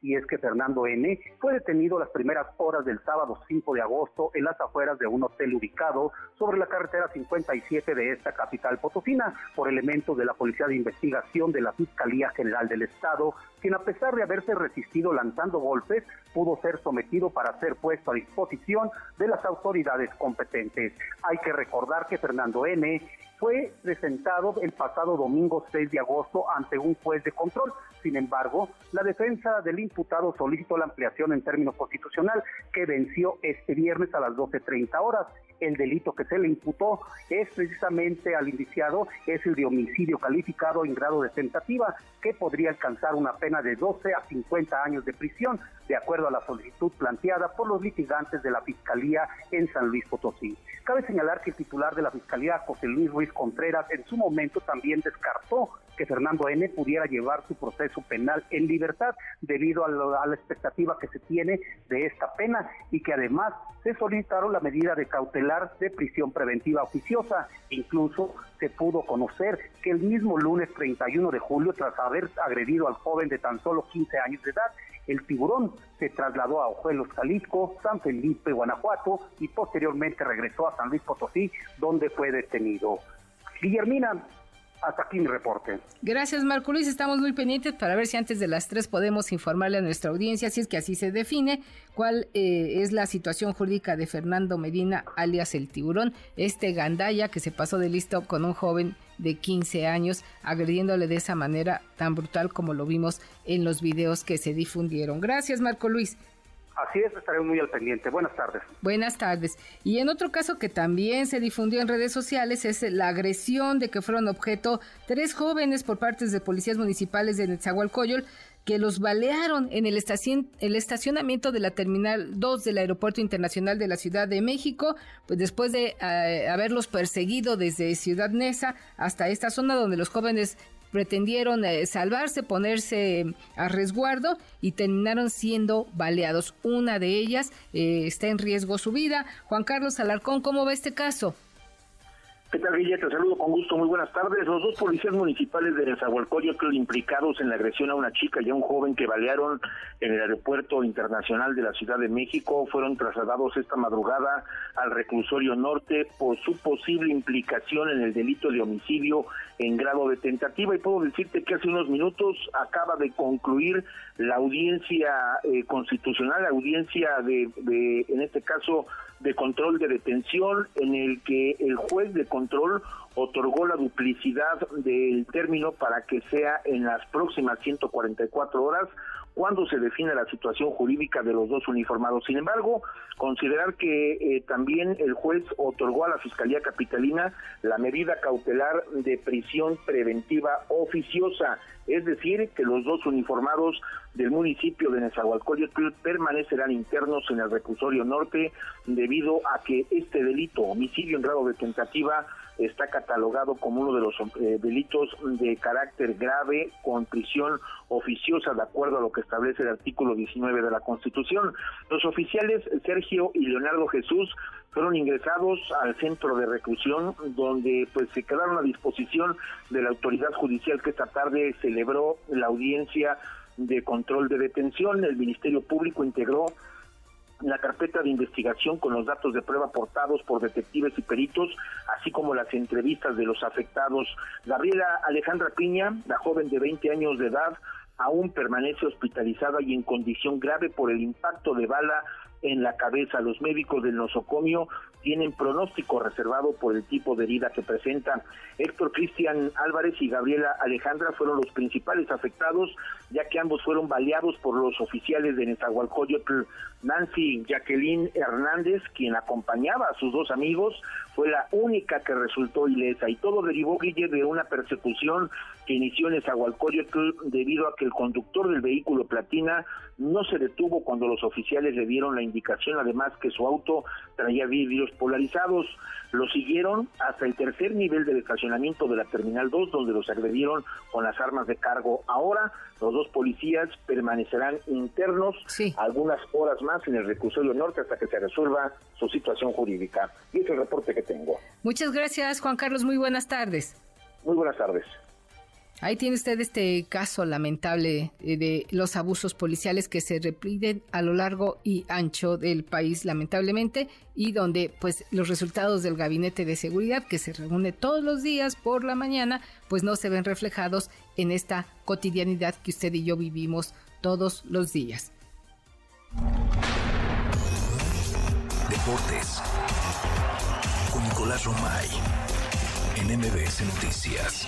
[SPEAKER 19] y es que Fernando N. fue detenido las primeras horas del sábado 5 de agosto en las afueras de un hotel ubicado sobre la carretera 57 de esta capital potosina por elementos de la Policía de Investigación de la Fiscalía General del Estado, quien a pesar de haberse resistido lanzando golpes, pudo ser sometido para ser puesto a disposición de las autoridades competentes. Hay que recordar que Fernando N. fue presentado el pasado domingo 6 de agosto ante un juez de control. Sin embargo, la defensa del imputado solicitó la ampliación en términos constitucional que venció este viernes a las 12:30 horas. El delito que se le imputó es precisamente al indiciado, es el de homicidio calificado en grado de tentativa, que podría alcanzar una pena de 12 a 50 años de prisión, de acuerdo a la solicitud planteada por los litigantes de la Fiscalía en San Luis Potosí. Cabe señalar que el titular de la Fiscalía, José Luis Ruiz Contreras, en su momento también descartó que Fernando N. pudiera llevar su proceso penal en libertad debido a la expectativa que se tiene de esta pena y que además se solicitaron la medida de cautelar de prisión preventiva oficiosa. Incluso se pudo conocer que el mismo lunes 31 de julio, tras haber agredido al joven de tan solo 15 años de edad, el tiburón se trasladó a Ojuelos, Jalisco, San Felipe, Guanajuato y posteriormente regresó a San Luis Potosí, donde fue detenido. Guillermina, hasta aquí mi reporte.
[SPEAKER 2] Gracias, Marco Luis. Estamos muy pendientes para ver si antes de las 3 podemos informarle a nuestra audiencia, si es que así se define, cuál es la situación jurídica de Fernando Medina, alias el Tiburón, este gandaya que se pasó de listo con un joven de 15 años, agrediéndole de esa manera tan brutal como lo vimos en los videos que se difundieron. Gracias, Marco Luis.
[SPEAKER 19] Así es, estaré muy al pendiente. Buenas tardes.
[SPEAKER 2] Buenas tardes. Y en otro caso que también se difundió en redes sociales es la agresión de que fueron objeto 3 jóvenes por parte de policías municipales de Nezahualcóyotl, que los balearon en el estacionamiento de la Terminal 2 del Aeropuerto Internacional de la Ciudad de México, pues después de haberlos perseguido desde Ciudad Neza hasta esta zona donde los jóvenes pretendieron salvarse, ponerse a resguardo y terminaron siendo baleados. Una de ellas está en riesgo su vida. Juan Carlos Alarcón, ¿cómo va este caso?
[SPEAKER 3] ¿Qué tal, Guille? Te saludo con gusto, muy buenas tardes. Los 2 policías municipales de Nezahualcóyotl implicados en la agresión a una chica y a un joven que balearon en el Aeropuerto Internacional de la Ciudad de México fueron trasladados esta madrugada al reclusorio norte por su posible implicación en el delito de homicidio en grado de tentativa. Y puedo decirte que hace unos minutos acaba de concluir la audiencia constitucional, la audiencia de en este caso, de control de detención, en el que el juez de control otorgó la duplicidad del término para que sea en las próximas 144 horas cuando se define la situación jurídica de los 2 uniformados. Sin embargo, considerar que también el juez otorgó a la Fiscalía Capitalina la medida cautelar de prisión preventiva oficiosa, es decir, que los 2 uniformados del municipio de Nezahualcóyotl permanecerán internos en el reclusorio norte debido a que este delito, homicidio en grado de tentativa, está catalogado como uno de los delitos de carácter grave con prisión oficiosa de acuerdo a lo que establece el artículo 19 de la Constitución. Los oficiales Sergio y Leonardo Jesús fueron ingresados al centro de reclusión donde pues se quedaron a disposición de la autoridad judicial que esta tarde celebró la audiencia de control de detención. El Ministerio Público integró la carpeta de investigación con los datos de prueba aportados por detectives y peritos, así como las entrevistas de los afectados. Gabriela Alejandra Piña, la joven de 20 años de edad, aún permanece hospitalizada y en condición grave por el impacto de bala en la cabeza. Los médicos del nosocomio tienen pronóstico reservado por el tipo de herida que presentan. Héctor Cristian Álvarez y Gabriela Alejandra fueron los principales afectados, ya que ambos fueron baleados por los oficiales de Nezahualcóyotl. Nancy Jacqueline Hernández, quien acompañaba a sus 2 amigos, fue la única que resultó ilesa, y todo derivó, Guille, de una persecución que inició en Nezahualcóyotl debido a que el conductor del vehículo Platina no se detuvo cuando los oficiales le dieron la indicación, además que su auto traía vidrios polarizados. Lo siguieron hasta el tercer nivel del estacionamiento de la Terminal 2, donde los agredieron con las armas de cargo. Ahora, los 2 policías permanecerán internos algunas horas más en el reclusorio norte hasta que se resuelva su situación jurídica. Y es el reporte que tengo.
[SPEAKER 2] Muchas gracias, Juan Carlos. Muy buenas tardes.
[SPEAKER 3] Muy buenas tardes.
[SPEAKER 2] Ahí tiene usted este caso lamentable de los abusos policiales que se repiten a lo largo y ancho del país, lamentablemente, y donde pues los resultados del Gabinete de Seguridad, que se reúne todos los días por la mañana, pues no se ven reflejados en esta cotidianidad que usted y yo vivimos todos los días.
[SPEAKER 1] Deportes con Nicolás Romay en MBS Noticias.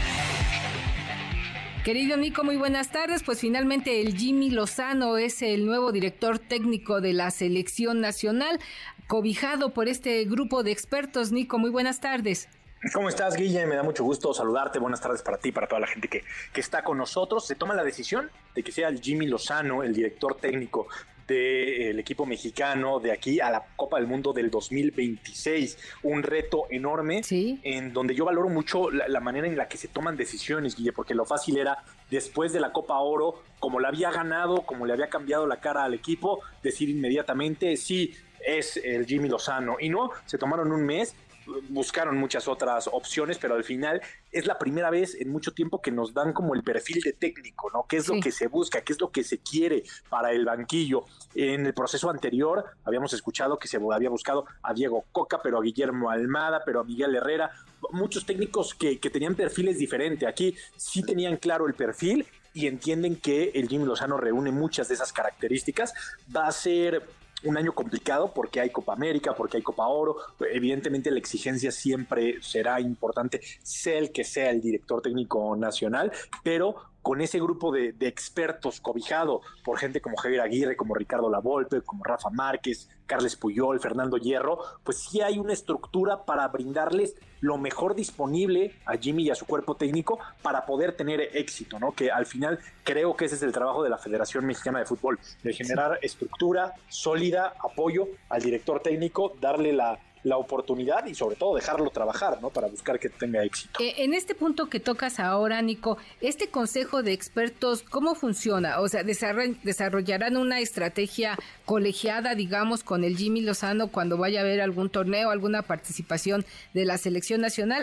[SPEAKER 2] Querido Nico, muy buenas tardes. Pues finalmente el Jimmy Lozano es el nuevo director técnico de la Selección Nacional, cobijado por este grupo de expertos. Nico, muy buenas tardes.
[SPEAKER 7] ¿Cómo estás, Guille? Me da mucho gusto saludarte. Buenas tardes para ti, para toda la gente que está con nosotros. Se toma la decisión de que sea el Jimmy Lozano el director técnico del equipo mexicano de aquí a la Copa del Mundo del 2026. Un reto enorme, ¿sí?, en donde yo valoro mucho la manera en la que se toman decisiones, Guille, porque lo fácil era, después de la Copa Oro, como la había ganado, como le había cambiado la cara al equipo, decir inmediatamente, sí, es el Jimmy Lozano. Y no, se tomaron un mes, buscaron muchas otras opciones, pero al final es la primera vez en mucho tiempo que nos dan como el perfil de técnico, ¿no? ¿Qué es lo que se busca? ¿Qué es lo que se quiere para el banquillo? En el proceso anterior habíamos escuchado que se había buscado a Diego Coca, pero a Guillermo Almada, pero a Miguel Herrera, muchos técnicos que tenían perfiles diferentes. Aquí sí tenían claro el perfil y entienden que el Jimmy Lozano reúne muchas de esas características. Va a ser un año complicado porque hay Copa América, porque hay Copa Oro. Evidentemente la exigencia siempre será importante, sea el que sea el director técnico nacional, pero con ese grupo de expertos cobijado por gente como Javier Aguirre, como Ricardo Lavolpe, como Rafa Márquez, Carles Puyol, Fernando Hierro, pues sí hay una estructura para brindarles lo mejor disponible a Jimmy y a su cuerpo técnico para poder tener éxito, ¿no? Que al final creo que ese es el trabajo de la Federación Mexicana de Fútbol, de generar estructura sólida, apoyo al director técnico, darle la oportunidad y sobre todo dejarlo trabajar, ¿no? Para buscar que tenga éxito.
[SPEAKER 2] En este punto que tocas ahora, Nico, este consejo de expertos, ¿cómo funciona? O sea, ¿desarrollarán una estrategia colegiada, digamos, con el Jimmy Lozano cuando vaya a haber algún torneo, alguna participación de la selección nacional?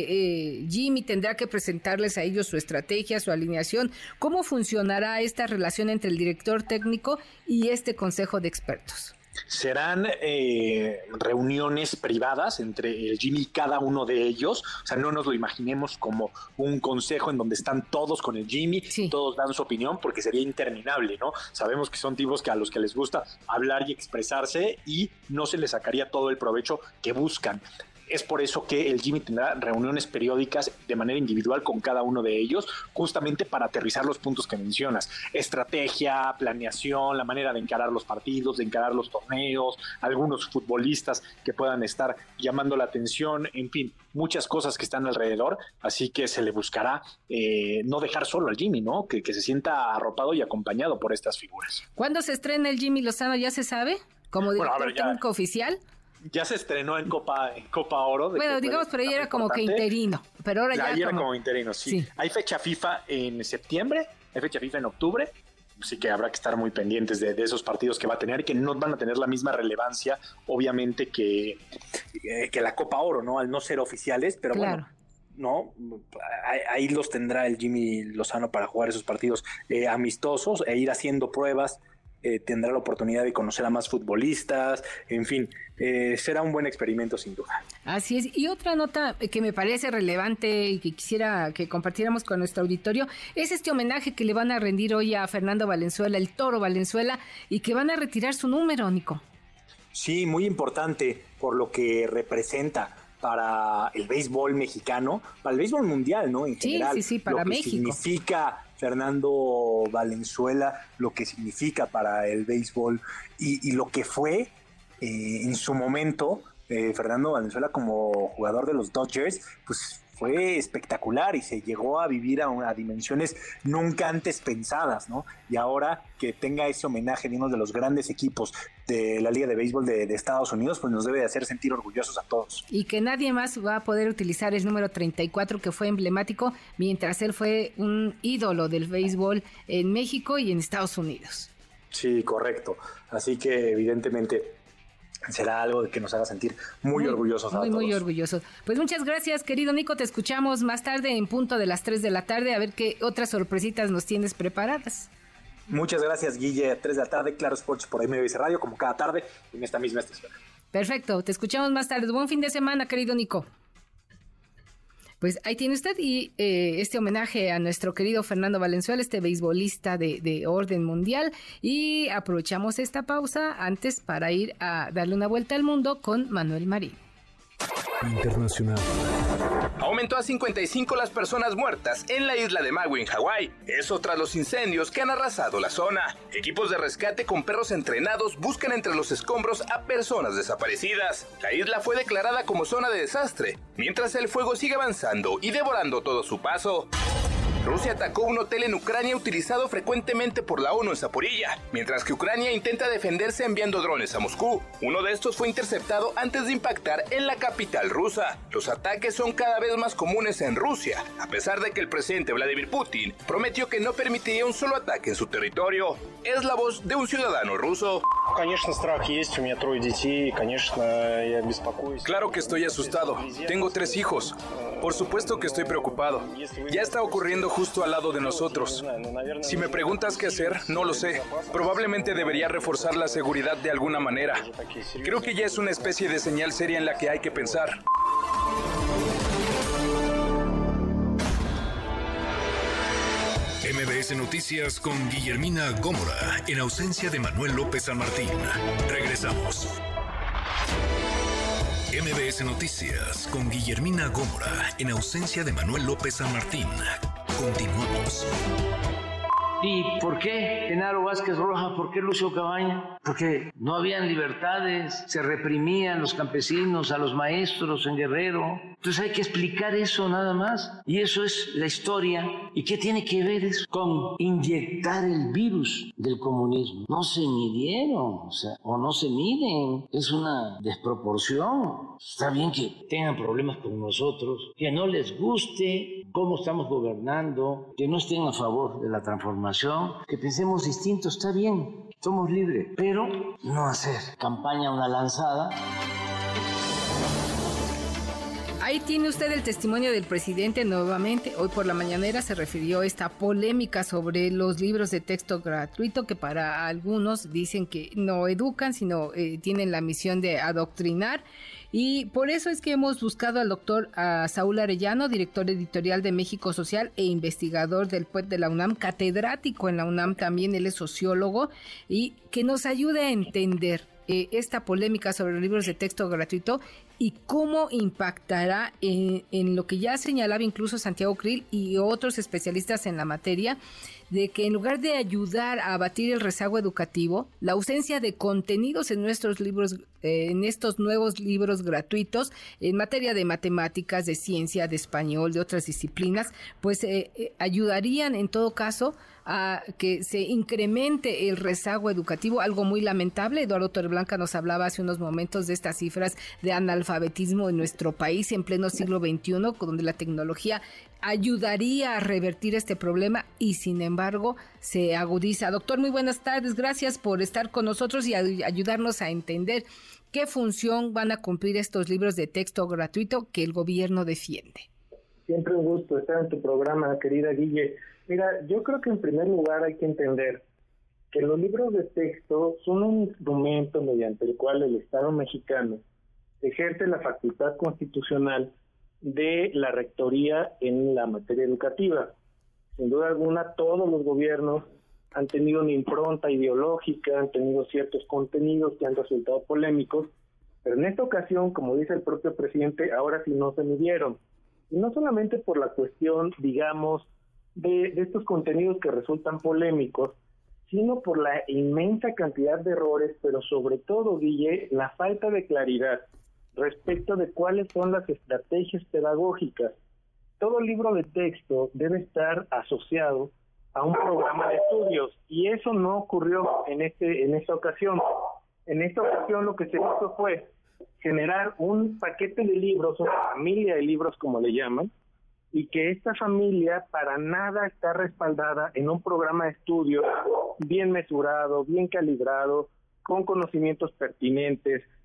[SPEAKER 2] Jimmy tendrá que presentarles a ellos su estrategia, su alineación. ¿Cómo funcionará esta relación entre el director técnico y este consejo de expertos?
[SPEAKER 7] Serán reuniones privadas entre el Jimmy y cada uno de ellos. O sea, no nos lo imaginemos como un consejo en donde están todos con el Jimmy, sí, todos dan su opinión, porque sería interminable, ¿no? Sabemos que son tipos a los que les gusta hablar y expresarse y no se les sacaría todo el provecho que buscan. Es por eso que el Jimmy tendrá reuniones periódicas de manera individual con cada uno de ellos, justamente para aterrizar los puntos que mencionas. Estrategia, planeación, la manera de encarar los partidos, de encarar los torneos, algunos futbolistas que puedan estar llamando la atención, en fin, muchas cosas que están alrededor, así que se le buscará no dejar solo al Jimmy, ¿no? Que se sienta arropado y acompañado por estas figuras.
[SPEAKER 2] ¿Cuándo se estrena el Jimmy Lozano? ¿Ya se sabe? ¿Como director técnico oficial?
[SPEAKER 7] Ya se estrenó en Copa Oro.
[SPEAKER 2] Bueno, digamos, pero ahí era como que interino. Pero ahora ya
[SPEAKER 7] era como interino, sí. Hay fecha FIFA en septiembre, hay fecha FIFA en octubre, así que habrá que estar muy pendientes de esos partidos que va a tener y que no van a tener la misma relevancia, obviamente, que la Copa Oro, ¿no? Al no ser oficiales, pero claro, bueno, no, ahí los tendrá el Jimmy Lozano para jugar esos partidos amistosos e ir haciendo pruebas. Tendrá la oportunidad de conocer a más futbolistas, en fin, será un buen experimento sin duda.
[SPEAKER 2] Así es, y otra nota que me parece relevante y que quisiera que compartiéramos con nuestro auditorio es este homenaje que le van a rendir hoy a Fernando Valenzuela, el Toro Valenzuela, y que van a retirar su número, Nico.
[SPEAKER 7] Sí, muy importante por lo que representa para el béisbol mexicano, para el béisbol mundial, ¿no? En general,
[SPEAKER 2] sí, para
[SPEAKER 7] lo que
[SPEAKER 2] México
[SPEAKER 7] significa Fernando Valenzuela, lo que significa para el béisbol y lo que fue en su momento Fernando Valenzuela como jugador de los Dodgers, pues fue espectacular y se llegó a vivir a dimensiones nunca antes pensadas, ¿no? Y ahora que tenga ese homenaje de uno de los grandes equipos de la Liga de Béisbol de Estados Unidos, pues nos debe de hacer sentir orgullosos a todos.
[SPEAKER 2] Y que nadie más va a poder utilizar el número 34, que fue emblemático, mientras él fue un ídolo del béisbol en México y en Estados Unidos.
[SPEAKER 7] Sí, correcto. Así que evidentemente será algo que nos haga sentir muy orgullosos a todos.
[SPEAKER 2] Muy orgullosos. Pues muchas gracias, querido Nico. Te escuchamos más tarde en punto de las 3 de la tarde a ver qué otras sorpresitas nos tienes preparadas.
[SPEAKER 7] Muchas gracias, Guille. 3 de la tarde, Claro Sports por MBS Radio, como cada tarde, en esta misma estación.
[SPEAKER 2] Perfecto, te escuchamos más tarde. Buen fin de semana, querido Nico. Pues ahí tiene usted y este homenaje a nuestro querido Fernando Valenzuela, este beisbolista de orden mundial. Y aprovechamos esta pausa antes para ir a darle una vuelta al mundo con Manuel Marín.
[SPEAKER 1] Internacional.
[SPEAKER 8] Aumentó a 55 las personas muertas en la isla de Maui, en Hawái. Eso tras los incendios que han arrasado la zona. Equipos de rescate con perros entrenados buscan entre los escombros a personas desaparecidas. La isla fue declarada como zona de desastre, mientras el fuego sigue avanzando y devorando todo su paso. Rusia atacó un hotel en Ucrania utilizado frecuentemente por la ONU en Zaporilla, mientras que Ucrania intenta defenderse enviando drones a Moscú. Uno de estos fue interceptado antes de impactar en la capital rusa. Los ataques son cada vez más comunes en Rusia, a pesar de que el presidente Vladimir Putin prometió que no permitiría un solo ataque en su territorio. Es la voz de un ciudadano ruso.
[SPEAKER 15] Claro que estoy asustado. Tengo 3 hijos. Por supuesto que estoy preocupado. Ya está ocurriendo justo al lado de nosotros. Si me preguntas qué hacer, no lo sé. Probablemente debería reforzar la seguridad de alguna manera. Creo que ya es una especie de señal seria en la que hay que pensar.
[SPEAKER 1] MBS Noticias con Guillermina Gómora, en ausencia de Manuel López San Martín. Regresamos. MBS Noticias con Guillermina Gómora, en ausencia de Manuel López San Martín. Continuamos.
[SPEAKER 4] ¿Y por qué Genaro Vázquez Roja? ¿Por qué Lucio Cabaña? Porque no habían libertades, se reprimían los campesinos, a los maestros en Guerrero. Entonces hay que explicar eso nada más. Y eso es la historia. ¿Y qué tiene que ver eso con inyectar el virus del comunismo? No se midieron, o no se miden. Es una desproporción. Está bien que tengan problemas con nosotros, que no les guste cómo estamos gobernando, que no estén a favor de la transformación, que pensemos distinto, está bien, somos libres, pero no hacer campaña a una lanzada.
[SPEAKER 2] Ahí tiene usted el testimonio del presidente nuevamente. Hoy por la mañanera se refirió a esta polémica sobre los libros de texto gratuito que para algunos dicen que no educan, sino tienen la misión de adoctrinar. Y por eso es que hemos buscado al doctor Saúl Arellano, director editorial de México Social e investigador del PUET de la UNAM, catedrático en la UNAM también, él es sociólogo, y que nos ayude a entender esta polémica sobre los libros de texto gratuito y cómo impactará en lo que ya señalaba incluso Santiago Krill y otros especialistas en la materia, de que en lugar de ayudar a abatir el rezago educativo, la ausencia de contenidos en nuestros libros, en estos nuevos libros gratuitos, en materia de matemáticas, de ciencia, de español, de otras disciplinas, pues ayudarían en todo caso a que se incremente el rezago educativo, algo muy lamentable. Eduardo Torreblanca nos hablaba hace unos momentos de estas cifras de analfabetismo en nuestro país en pleno siglo XXI, donde la tecnología ayudaría a revertir este problema y sin embargo se agudiza. Doctor, muy buenas tardes, gracias por estar con nosotros y ayudarnos a entender qué función van a cumplir estos libros de texto gratuito que el gobierno defiende.
[SPEAKER 20] Siempre un gusto estar en tu programa, querida Guille. Mira, yo creo que en primer lugar hay que entender que los libros de texto son un instrumento mediante el cual el Estado mexicano ejerce la facultad constitucional de la rectoría en la materia educativa. Sin duda alguna, todos los gobiernos han tenido una impronta ideológica, han tenido ciertos contenidos que han resultado polémicos, pero en esta ocasión, como dice el propio presidente, ahora sí no se midieron. Y no solamente por la cuestión, digamos, de estos contenidos que resultan polémicos, sino por la inmensa cantidad de errores, pero sobre todo, Guille, la falta de claridad respecto de cuáles son las estrategias pedagógicas. Todo libro de texto debe estar asociado a un programa de estudios, y eso no ocurrió en esta ocasión. En esta ocasión lo que se hizo fue generar un paquete de libros, una familia de libros como le llaman, y que esta familia para nada está respaldada en un programa de estudio bien mesurado, bien calibrado, con conocimientos pertinentes,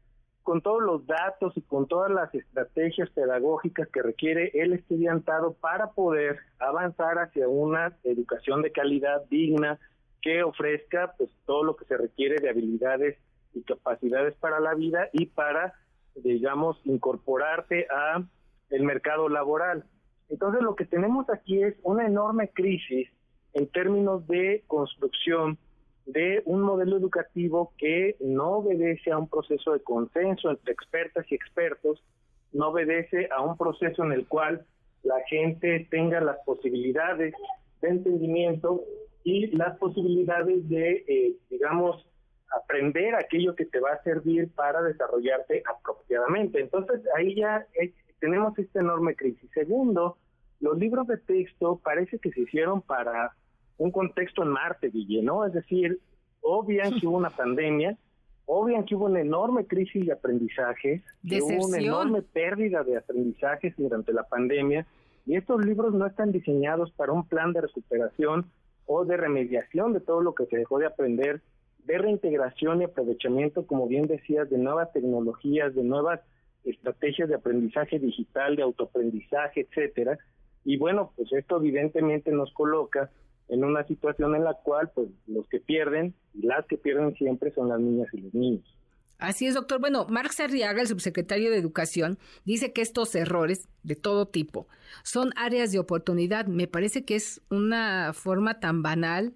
[SPEAKER 20] con todos los datos y con todas las estrategias pedagógicas que requiere el estudiantado para poder avanzar hacia una educación de calidad digna que ofrezca pues todo lo que se requiere de habilidades y capacidades para la vida y para, digamos, incorporarte a el mercado laboral. Entonces lo que tenemos aquí es una enorme crisis en términos de construcción de un modelo educativo que no obedece a un proceso de consenso entre expertas y expertos, no obedece a un proceso en el cual la gente tenga las posibilidades de entendimiento y las posibilidades de, digamos, aprender aquello que te va a servir para desarrollarte apropiadamente. Entonces, ahí ya tenemos esta enorme crisis. Segundo, los libros de texto parece que se hicieron para un contexto en Marte, Guille, ¿no? Es decir, obvian que hubo una pandemia, obvian que hubo una enorme crisis de aprendizaje, que hubo una enorme pérdida de aprendizajes durante la pandemia, y estos libros no están diseñados para un plan de recuperación o de remediación de todo lo que se dejó de aprender, de reintegración y aprovechamiento, como bien decías, de nuevas tecnologías, de nuevas estrategias de aprendizaje digital, de autoaprendizaje, etcétera. Y bueno, pues esto evidentemente nos coloca en una situación en la cual pues los que pierden y las que pierden siempre son las niñas y los niños.
[SPEAKER 2] Así es, doctor. Bueno, Marx Arriaga, el subsecretario de Educación, dice que estos errores de todo tipo son áreas de oportunidad. Me parece que es una forma tan banal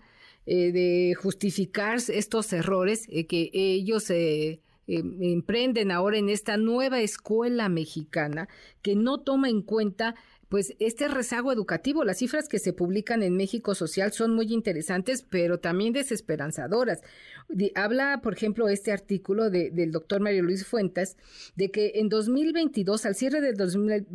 [SPEAKER 2] de justificar estos errores que ellos emprenden ahora en esta nueva escuela mexicana que no toma en cuenta pues este rezago educativo. Las cifras que se publican en México Social son muy interesantes, pero también desesperanzadoras. Habla, por ejemplo, este artículo del doctor Mario Luis Fuentes, de que en 2022, al cierre del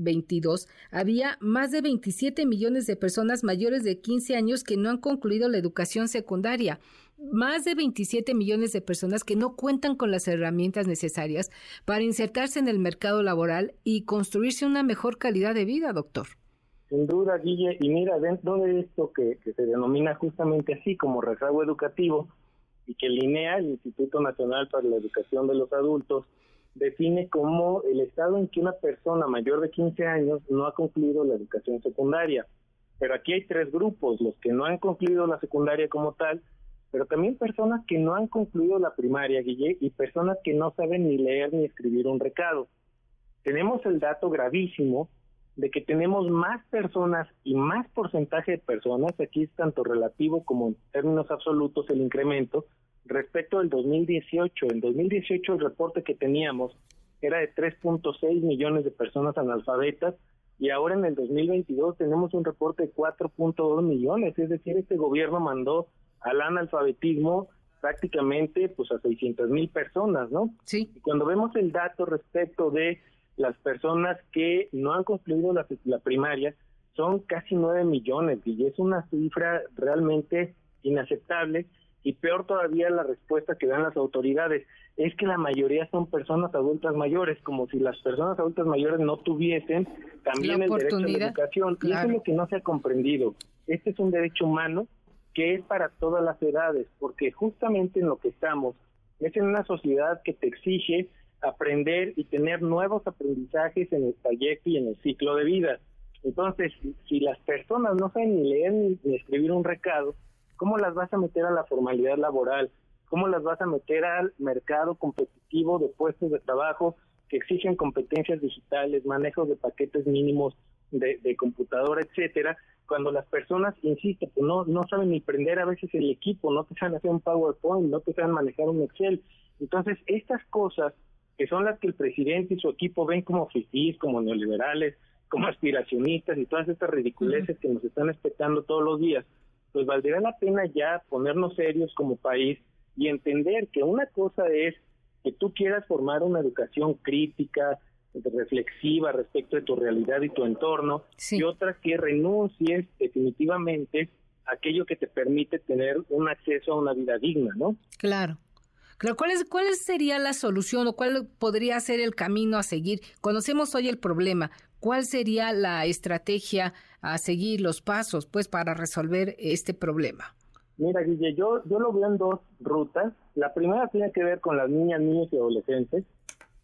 [SPEAKER 2] 2022, había más de 27 millones de personas mayores de 15 años que no han concluido la educación secundaria. Más de 27 millones de personas que no cuentan con las herramientas necesarias para insertarse en el mercado laboral y construirse una mejor calidad de vida, doctor.
[SPEAKER 20] Sin duda, Guille, y mira, dentro de esto que se denomina justamente así como rezago educativo y que LINEA, el Instituto Nacional para la Educación de los Adultos, define como el estado en que una persona mayor de 15 años no ha concluido la educación secundaria. Pero aquí hay tres grupos: los que no han concluido la secundaria como tal, pero también personas que no han concluido la primaria, Guille, y personas que no saben ni leer ni escribir un recado. Tenemos el dato gravísimo de que tenemos más personas y más porcentaje de personas, aquí es tanto relativo como en términos absolutos el incremento, respecto del 2018. En 2018 el reporte que teníamos era de 3.6 millones de personas analfabetas, y ahora en el 2022 tenemos un reporte de 4.2 millones, es decir, este gobierno mandó al analfabetismo prácticamente pues a 600,000 personas, ¿no?
[SPEAKER 2] Sí.
[SPEAKER 20] Y cuando vemos el dato respecto de las personas que no han concluido la primaria, son casi 9 millones, y es una cifra realmente inaceptable. Y peor todavía la respuesta que dan las autoridades, es que la mayoría son personas adultas mayores, como si las personas adultas mayores no tuviesen también el derecho a la educación. Claro. Y eso es lo que no se ha comprendido. Este es un derecho humano que es para todas las edades, porque justamente en lo que estamos es en una sociedad que te exige aprender y tener nuevos aprendizajes en el trayecto y en el ciclo de vida. Entonces, si las personas no saben ni leer ni escribir un recado, ¿cómo las vas a meter a la formalidad laboral? ¿Cómo las vas a meter al mercado competitivo de puestos de trabajo que exigen competencias digitales, manejos de paquetes mínimos de computadora, etcétera? Cuando las personas, insisto, pues no saben ni prender a veces el equipo, no te saben hacer un PowerPoint, no te saben manejar un Excel. Entonces, estas cosas que son las que el presidente y su equipo ven como fifís, como neoliberales, como aspiracionistas y todas estas ridiculeces que nos están espectando todos los días, pues valdría la pena ya ponernos serios como país y entender que una cosa es que tú quieras formar una educación crítica, reflexiva respecto de tu realidad y tu entorno, sí, y otra que renuncies definitivamente a aquello que te permite tener un acceso a una vida digna, ¿no?
[SPEAKER 2] Claro. ¿Cuál sería la solución o cuál podría ser el camino a seguir? Conocemos hoy el problema. ¿Cuál sería la estrategia a seguir, los pasos, pues, para resolver este problema?
[SPEAKER 20] Mira, Guille, yo lo veo en dos rutas. La primera tiene que ver con las niñas, niños y adolescentes.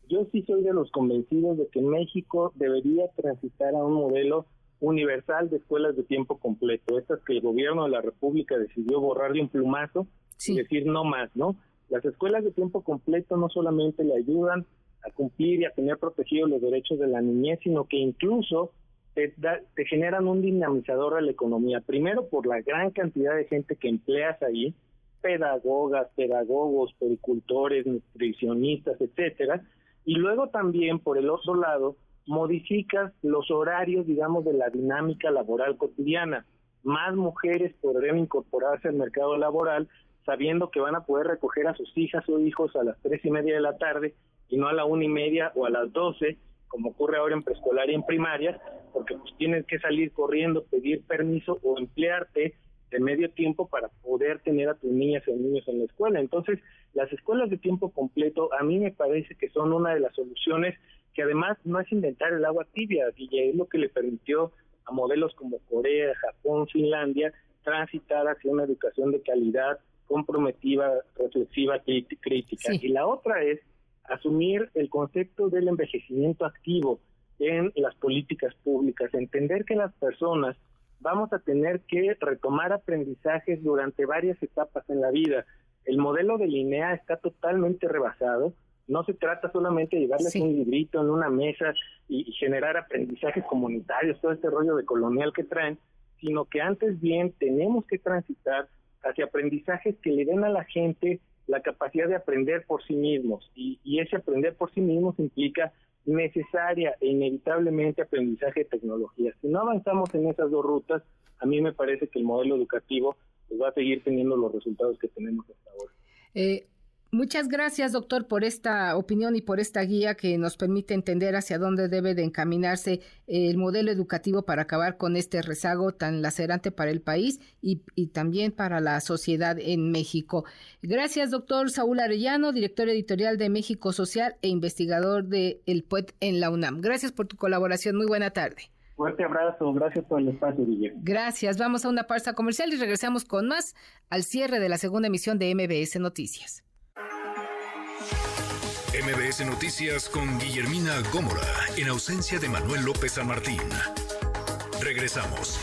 [SPEAKER 20] Yo sí soy de los convencidos de que México debería transitar a un modelo universal de escuelas de tiempo completo, estas que el gobierno de la República decidió borrar de un plumazo y decir no más, ¿no? Las escuelas de tiempo completo no solamente le ayudan a cumplir y a tener protegidos los derechos de la niñez, sino que incluso te generan un dinamizador a la economía. Primero, por la gran cantidad de gente que empleas ahí, pedagogas, pedagogos, pericultores, nutricionistas, etcétera, y luego también, por el otro lado, modificas los horarios, digamos, de la dinámica laboral cotidiana. Más mujeres podrían incorporarse al mercado laboral sabiendo que van a poder recoger a sus hijas o hijos a las 3:30 de la tarde y no a la 1:30 o a las 12, como ocurre ahora en preescolar y en primaria, porque pues tienes que salir corriendo, pedir permiso o emplearte de medio tiempo para poder tener a tus niñas o niños en la escuela. Entonces, las escuelas de tiempo completo a mí me parece que son una de las soluciones que además no es inventar el agua tibia, Guille, es lo que le permitió a modelos como Corea, Japón, Finlandia, transitar hacia una educación de calidad, comprometida, reflexiva, crítica. Sí. Y la otra es asumir el concepto del envejecimiento activo en las políticas públicas, entender que las personas vamos a tener que retomar aprendizajes durante varias etapas en la vida. El modelo de Linea está totalmente rebasado. No se trata solamente de llevarles un librito en una mesa y generar aprendizajes comunitarios, todo este rollo de colonial que traen, sino que antes bien tenemos que transitar hacia aprendizajes que le den a la gente la capacidad de aprender por sí mismos. Y ese aprender por sí mismos implica necesaria e inevitablemente aprendizaje de tecnología. Si no avanzamos en esas dos rutas, a mí me parece que el modelo educativo pues, va a seguir teniendo los resultados que tenemos hasta ahora.
[SPEAKER 2] Muchas gracias, doctor, por esta opinión y por esta guía que nos permite entender hacia dónde debe de encaminarse el modelo educativo para acabar con este rezago tan lacerante para el país y también para la sociedad en México. Gracias, doctor Saúl Arellano, director editorial de México Social e investigador de El PUET en la UNAM. Gracias por tu colaboración. Muy buena tarde.
[SPEAKER 20] Fuerte abrazo. Gracias por el espacio, Guillermo.
[SPEAKER 2] Gracias. Vamos a una pausa comercial y regresamos con más al cierre de la segunda emisión de MBS Noticias.
[SPEAKER 1] MBS Noticias con Guillermina Gómora, en ausencia de Manuel López San Martín. Regresamos.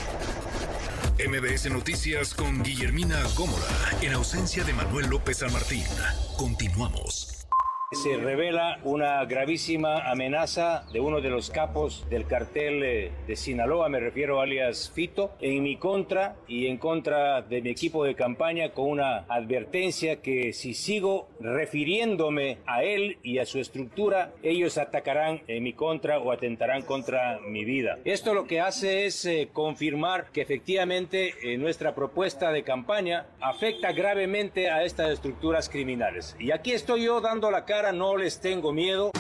[SPEAKER 1] MBS Noticias con Guillermina Gómora, en ausencia de Manuel López San Martín. Continuamos.
[SPEAKER 6] Se revela una gravísima amenaza de uno de los capos del cartel de Sinaloa, me refiero alias Fito, en mi contra y en contra de mi equipo de campaña, con una advertencia que si sigo refiriéndome a él y a su estructura, ellos atacarán en mi contra o atentarán contra mi vida. Esto lo que hace es confirmar que efectivamente nuestra propuesta de campaña afecta gravemente a estas estructuras criminales. Y aquí estoy yo dando la cara. No les tengo miedo.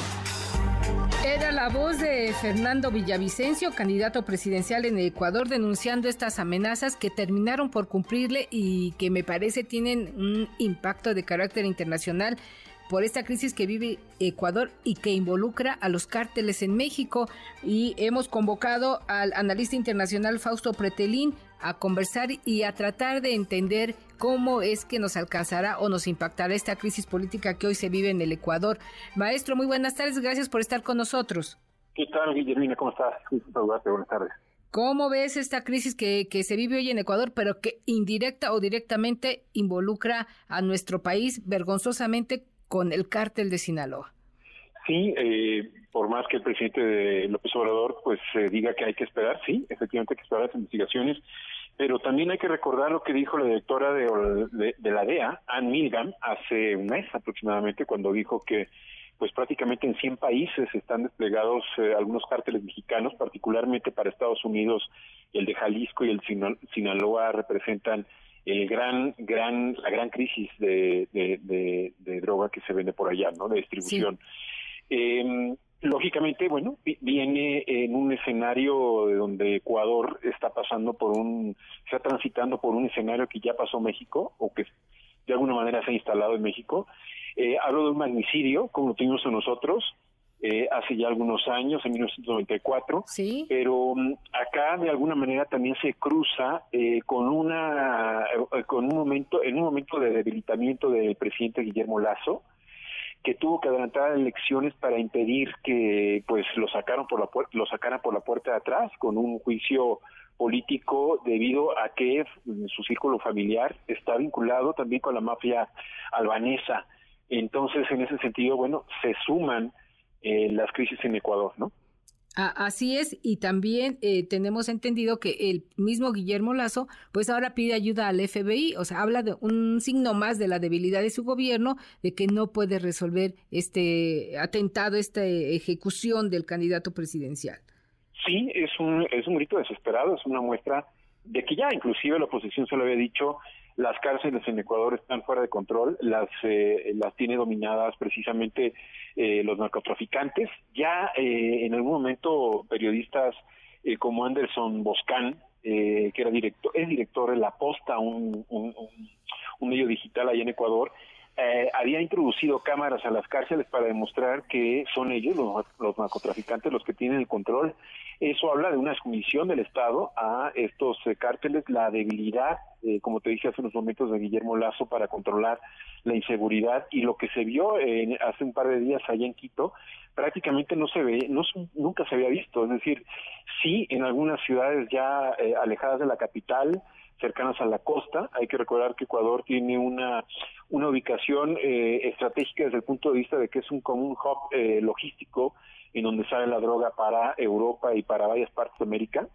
[SPEAKER 2] Era la voz de Fernando Villavicencio, candidato presidencial en Ecuador, denunciando estas amenazas que terminaron por cumplirle y que me parece tienen un impacto de carácter internacional por esta crisis que vive Ecuador y que involucra a los cárteles en México. Y hemos convocado al analista internacional Fausto Pretelín a conversar y a tratar de entender cómo es que nos alcanzará o nos impactará esta crisis política que hoy se vive en el Ecuador. Maestro, muy buenas tardes, gracias por estar con nosotros.
[SPEAKER 3] ¿Qué tal, Guillermina? ¿Cómo estás? Saludarte, buenas tardes.
[SPEAKER 2] ¿Cómo ves esta crisis que se vive hoy en Ecuador, pero que indirecta o directamente involucra a nuestro país vergonzosamente con el cártel de Sinaloa?
[SPEAKER 3] Sí, por más que el presidente López Obrador pues diga que hay que esperar, sí, efectivamente hay que esperar las investigaciones, pero también hay que recordar lo que dijo la directora de la DEA, Ann Milgram, hace un mes aproximadamente, cuando dijo que pues prácticamente en 100 países están desplegados algunos cárteles mexicanos, particularmente para Estados Unidos, el de Jalisco y el Sinaloa representan la gran crisis de droga que se vende por allá, ¿no? De distribución. Sí. Lógicamente, bueno, viene en un escenario donde Ecuador está transitando por un escenario que ya pasó México, o que de alguna manera se ha instalado en México. Hablo de un magnicidio, como lo tuvimos nosotros, hace ya algunos años, en 1994, ¿sí? Pero acá de alguna manera también se cruza en un momento de debilitamiento del presidente Guillermo Lasso, que tuvo que adelantar elecciones para impedir que pues lo sacaran por la puerta de atrás con un juicio político debido a que su círculo familiar está vinculado también con la mafia albanesa. Entonces, en ese sentido, bueno, se suman las crisis en Ecuador, ¿no?
[SPEAKER 2] Así es, y también tenemos entendido que el mismo Guillermo Lasso, pues ahora pide ayuda al FBI, o sea, habla de un signo más de la debilidad de su gobierno, de que no puede resolver este atentado, esta ejecución del candidato presidencial. Sí, es un grito desesperado, es una muestra de que ya inclusive la oposición se lo había dicho, las cárceles en Ecuador están fuera de control, las tiene dominadas precisamente los narcotraficantes. Ya en algún momento periodistas como Anderson Boscan, que es director de La Posta, un medio digital allá en Ecuador, había introducido cámaras a las cárceles para demostrar que son ellos, los narcotraficantes, los que tienen el control. Eso habla de una sumisión del Estado a estos cárteles, la debilidad, como te dije hace unos momentos, de Guillermo Lasso para controlar la inseguridad, y lo que se vio hace un par de días allá en Quito prácticamente nunca se había visto. Es decir, sí, en algunas ciudades ya alejadas de la capital, cercanas a la costa. Hay que recordar que Ecuador tiene una ubicación estratégica desde el punto de vista de que es un hub logístico en donde sale la droga para Europa y para varias partes de América.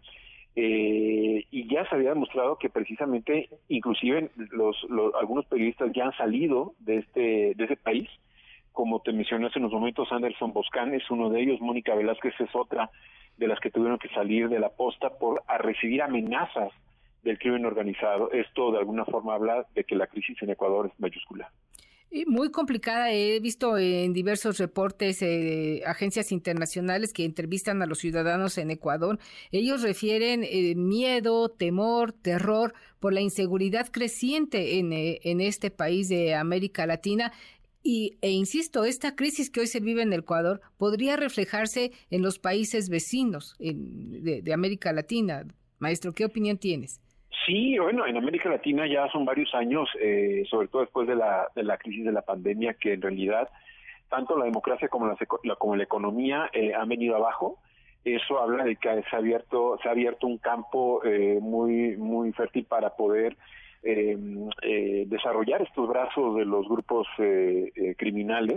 [SPEAKER 2] Y ya se había demostrado que precisamente, inclusive algunos periodistas ya han salido de ese país, como te mencioné hace unos momentos. Anderson Boscan es uno de ellos, Mónica Velázquez es otra de las que tuvieron que salir de La Posta a recibir amenazas del crimen organizado. Esto de alguna forma habla de que la crisis en Ecuador es mayúscula. Muy complicada. He visto en diversos reportes agencias internacionales que entrevistan a los ciudadanos en Ecuador. Ellos refieren miedo, temor, terror por la inseguridad creciente en este país de América Latina. E insisto, esta crisis que hoy se vive en Ecuador podría reflejarse en los países vecinos de América Latina. Maestro, ¿qué opinión tienes? Sí, bueno, en América Latina ya son varios años, sobre todo después de la crisis de la pandemia, que en realidad tanto la democracia como la economía han venido abajo. Eso habla de que se ha abierto un campo muy muy fértil para poder desarrollar estos brazos de los grupos criminales,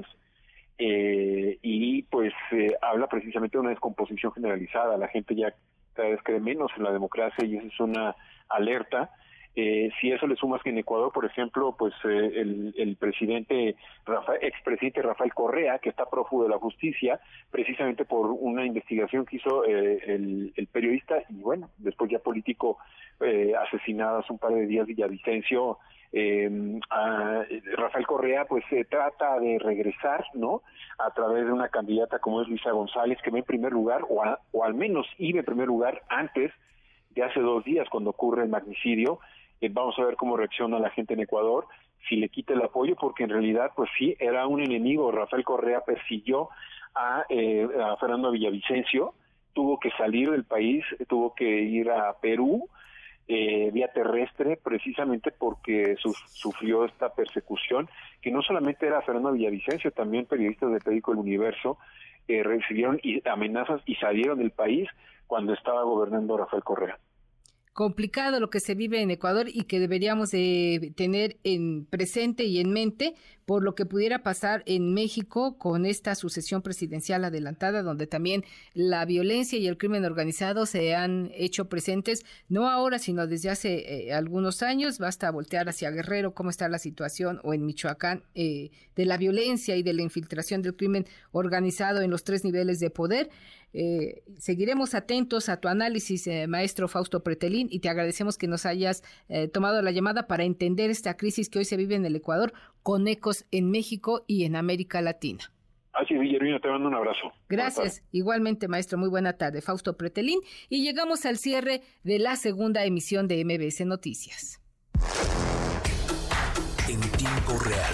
[SPEAKER 2] y pues habla precisamente de una descomposición generalizada. La gente ya cada vez cree menos en la democracia, y esa es una alerta. Si eso le sumas que en Ecuador, por ejemplo, pues el expresidente Rafael Correa, que está prófugo de la justicia, precisamente por una investigación que hizo el periodista y bueno, después ya político, asesinado hace un par de días, Villavicencio. Rafael Correa pues trata de regresar, ¿no?, a través de una candidata como es Luisa González, que va en primer lugar, o al menos iba en primer lugar antes de hace 2 días cuando ocurre el magnicidio. Vamos a ver cómo reacciona la gente en Ecuador, si le quita el apoyo, porque en realidad pues sí, era un enemigo. Rafael Correa persiguió a Fernando Villavicencio, tuvo que salir del país, tuvo que ir a Perú vía terrestre, precisamente porque sufrió esta persecución, que no solamente era Fernando Villavicencio, también periodistas del periódico El Universo recibieron amenazas y salieron del país cuando estaba gobernando Rafael Correa. Complicado lo que se vive en Ecuador, y que deberíamos de tener en presente y en mente por lo que pudiera pasar en México con esta sucesión presidencial adelantada, donde también la violencia y el crimen organizado se han hecho presentes, no ahora, sino desde hace algunos años. Basta voltear hacia Guerrero, cómo está la situación, o en Michoacán, de la violencia y de la infiltración del crimen organizado en los 3 niveles de poder. Seguiremos atentos a tu análisis, maestro Fausto Pretelín, y te agradecemos que nos hayas tomado la llamada para entender esta crisis que hoy se vive en el Ecuador, con ecos en México y en América Latina. Así es, Guillermina, te mando un abrazo. Gracias, igualmente, maestro, muy buena tarde. Fausto Pretelín, y llegamos al cierre de la segunda emisión de MBS Noticias.
[SPEAKER 1] En tiempo real,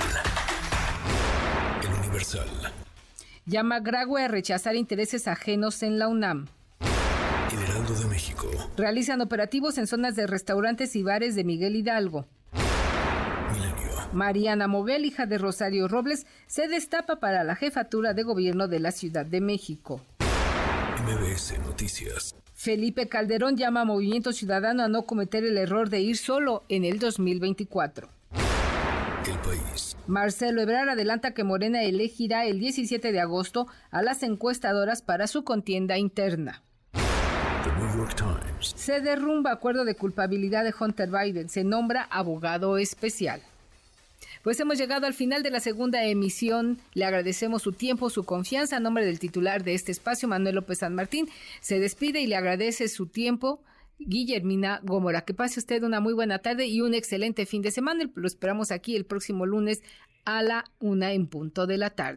[SPEAKER 1] El Universal.
[SPEAKER 2] Llama Graue a rechazar intereses ajenos en la UNAM.
[SPEAKER 1] El Heraldo de México.
[SPEAKER 2] Realizan operativos en zonas de restaurantes y bares de Miguel Hidalgo.
[SPEAKER 1] Milenio.
[SPEAKER 2] Mariana Moguel, hija de Rosario Robles, se destapa para la jefatura de gobierno de la Ciudad de México.
[SPEAKER 1] MBS Noticias.
[SPEAKER 2] Felipe Calderón llama a Movimiento Ciudadano a no cometer el error de ir solo en el 2024.
[SPEAKER 1] El País.
[SPEAKER 2] Marcelo Ebrard adelanta que Morena elegirá el 17 de agosto a las encuestadoras para su contienda interna.
[SPEAKER 1] The New York Times.
[SPEAKER 2] Se derrumba acuerdo de culpabilidad de Hunter Biden. Se nombra abogado especial. Pues hemos llegado al final de la segunda emisión. Le agradecemos su tiempo, su confianza. A nombre del titular de este espacio, Manuel López San Martín, se despide y le agradece su tiempo, Guillermina Gómora. Que pase usted una muy buena tarde y un excelente fin de semana. Lo esperamos aquí el próximo lunes a la 1:00 p.m.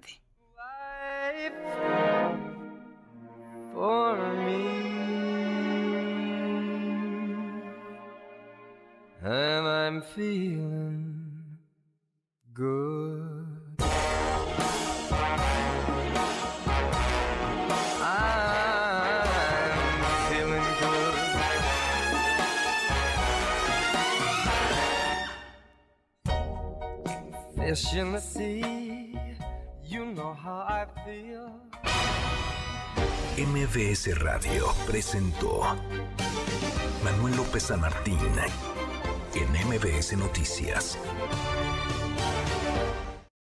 [SPEAKER 9] For me, and I'm feeling good. I'm feeling good. Fish in the sea, you know how I feel.
[SPEAKER 1] MBS Radio presentó Manuel López San Martín en MBS Noticias.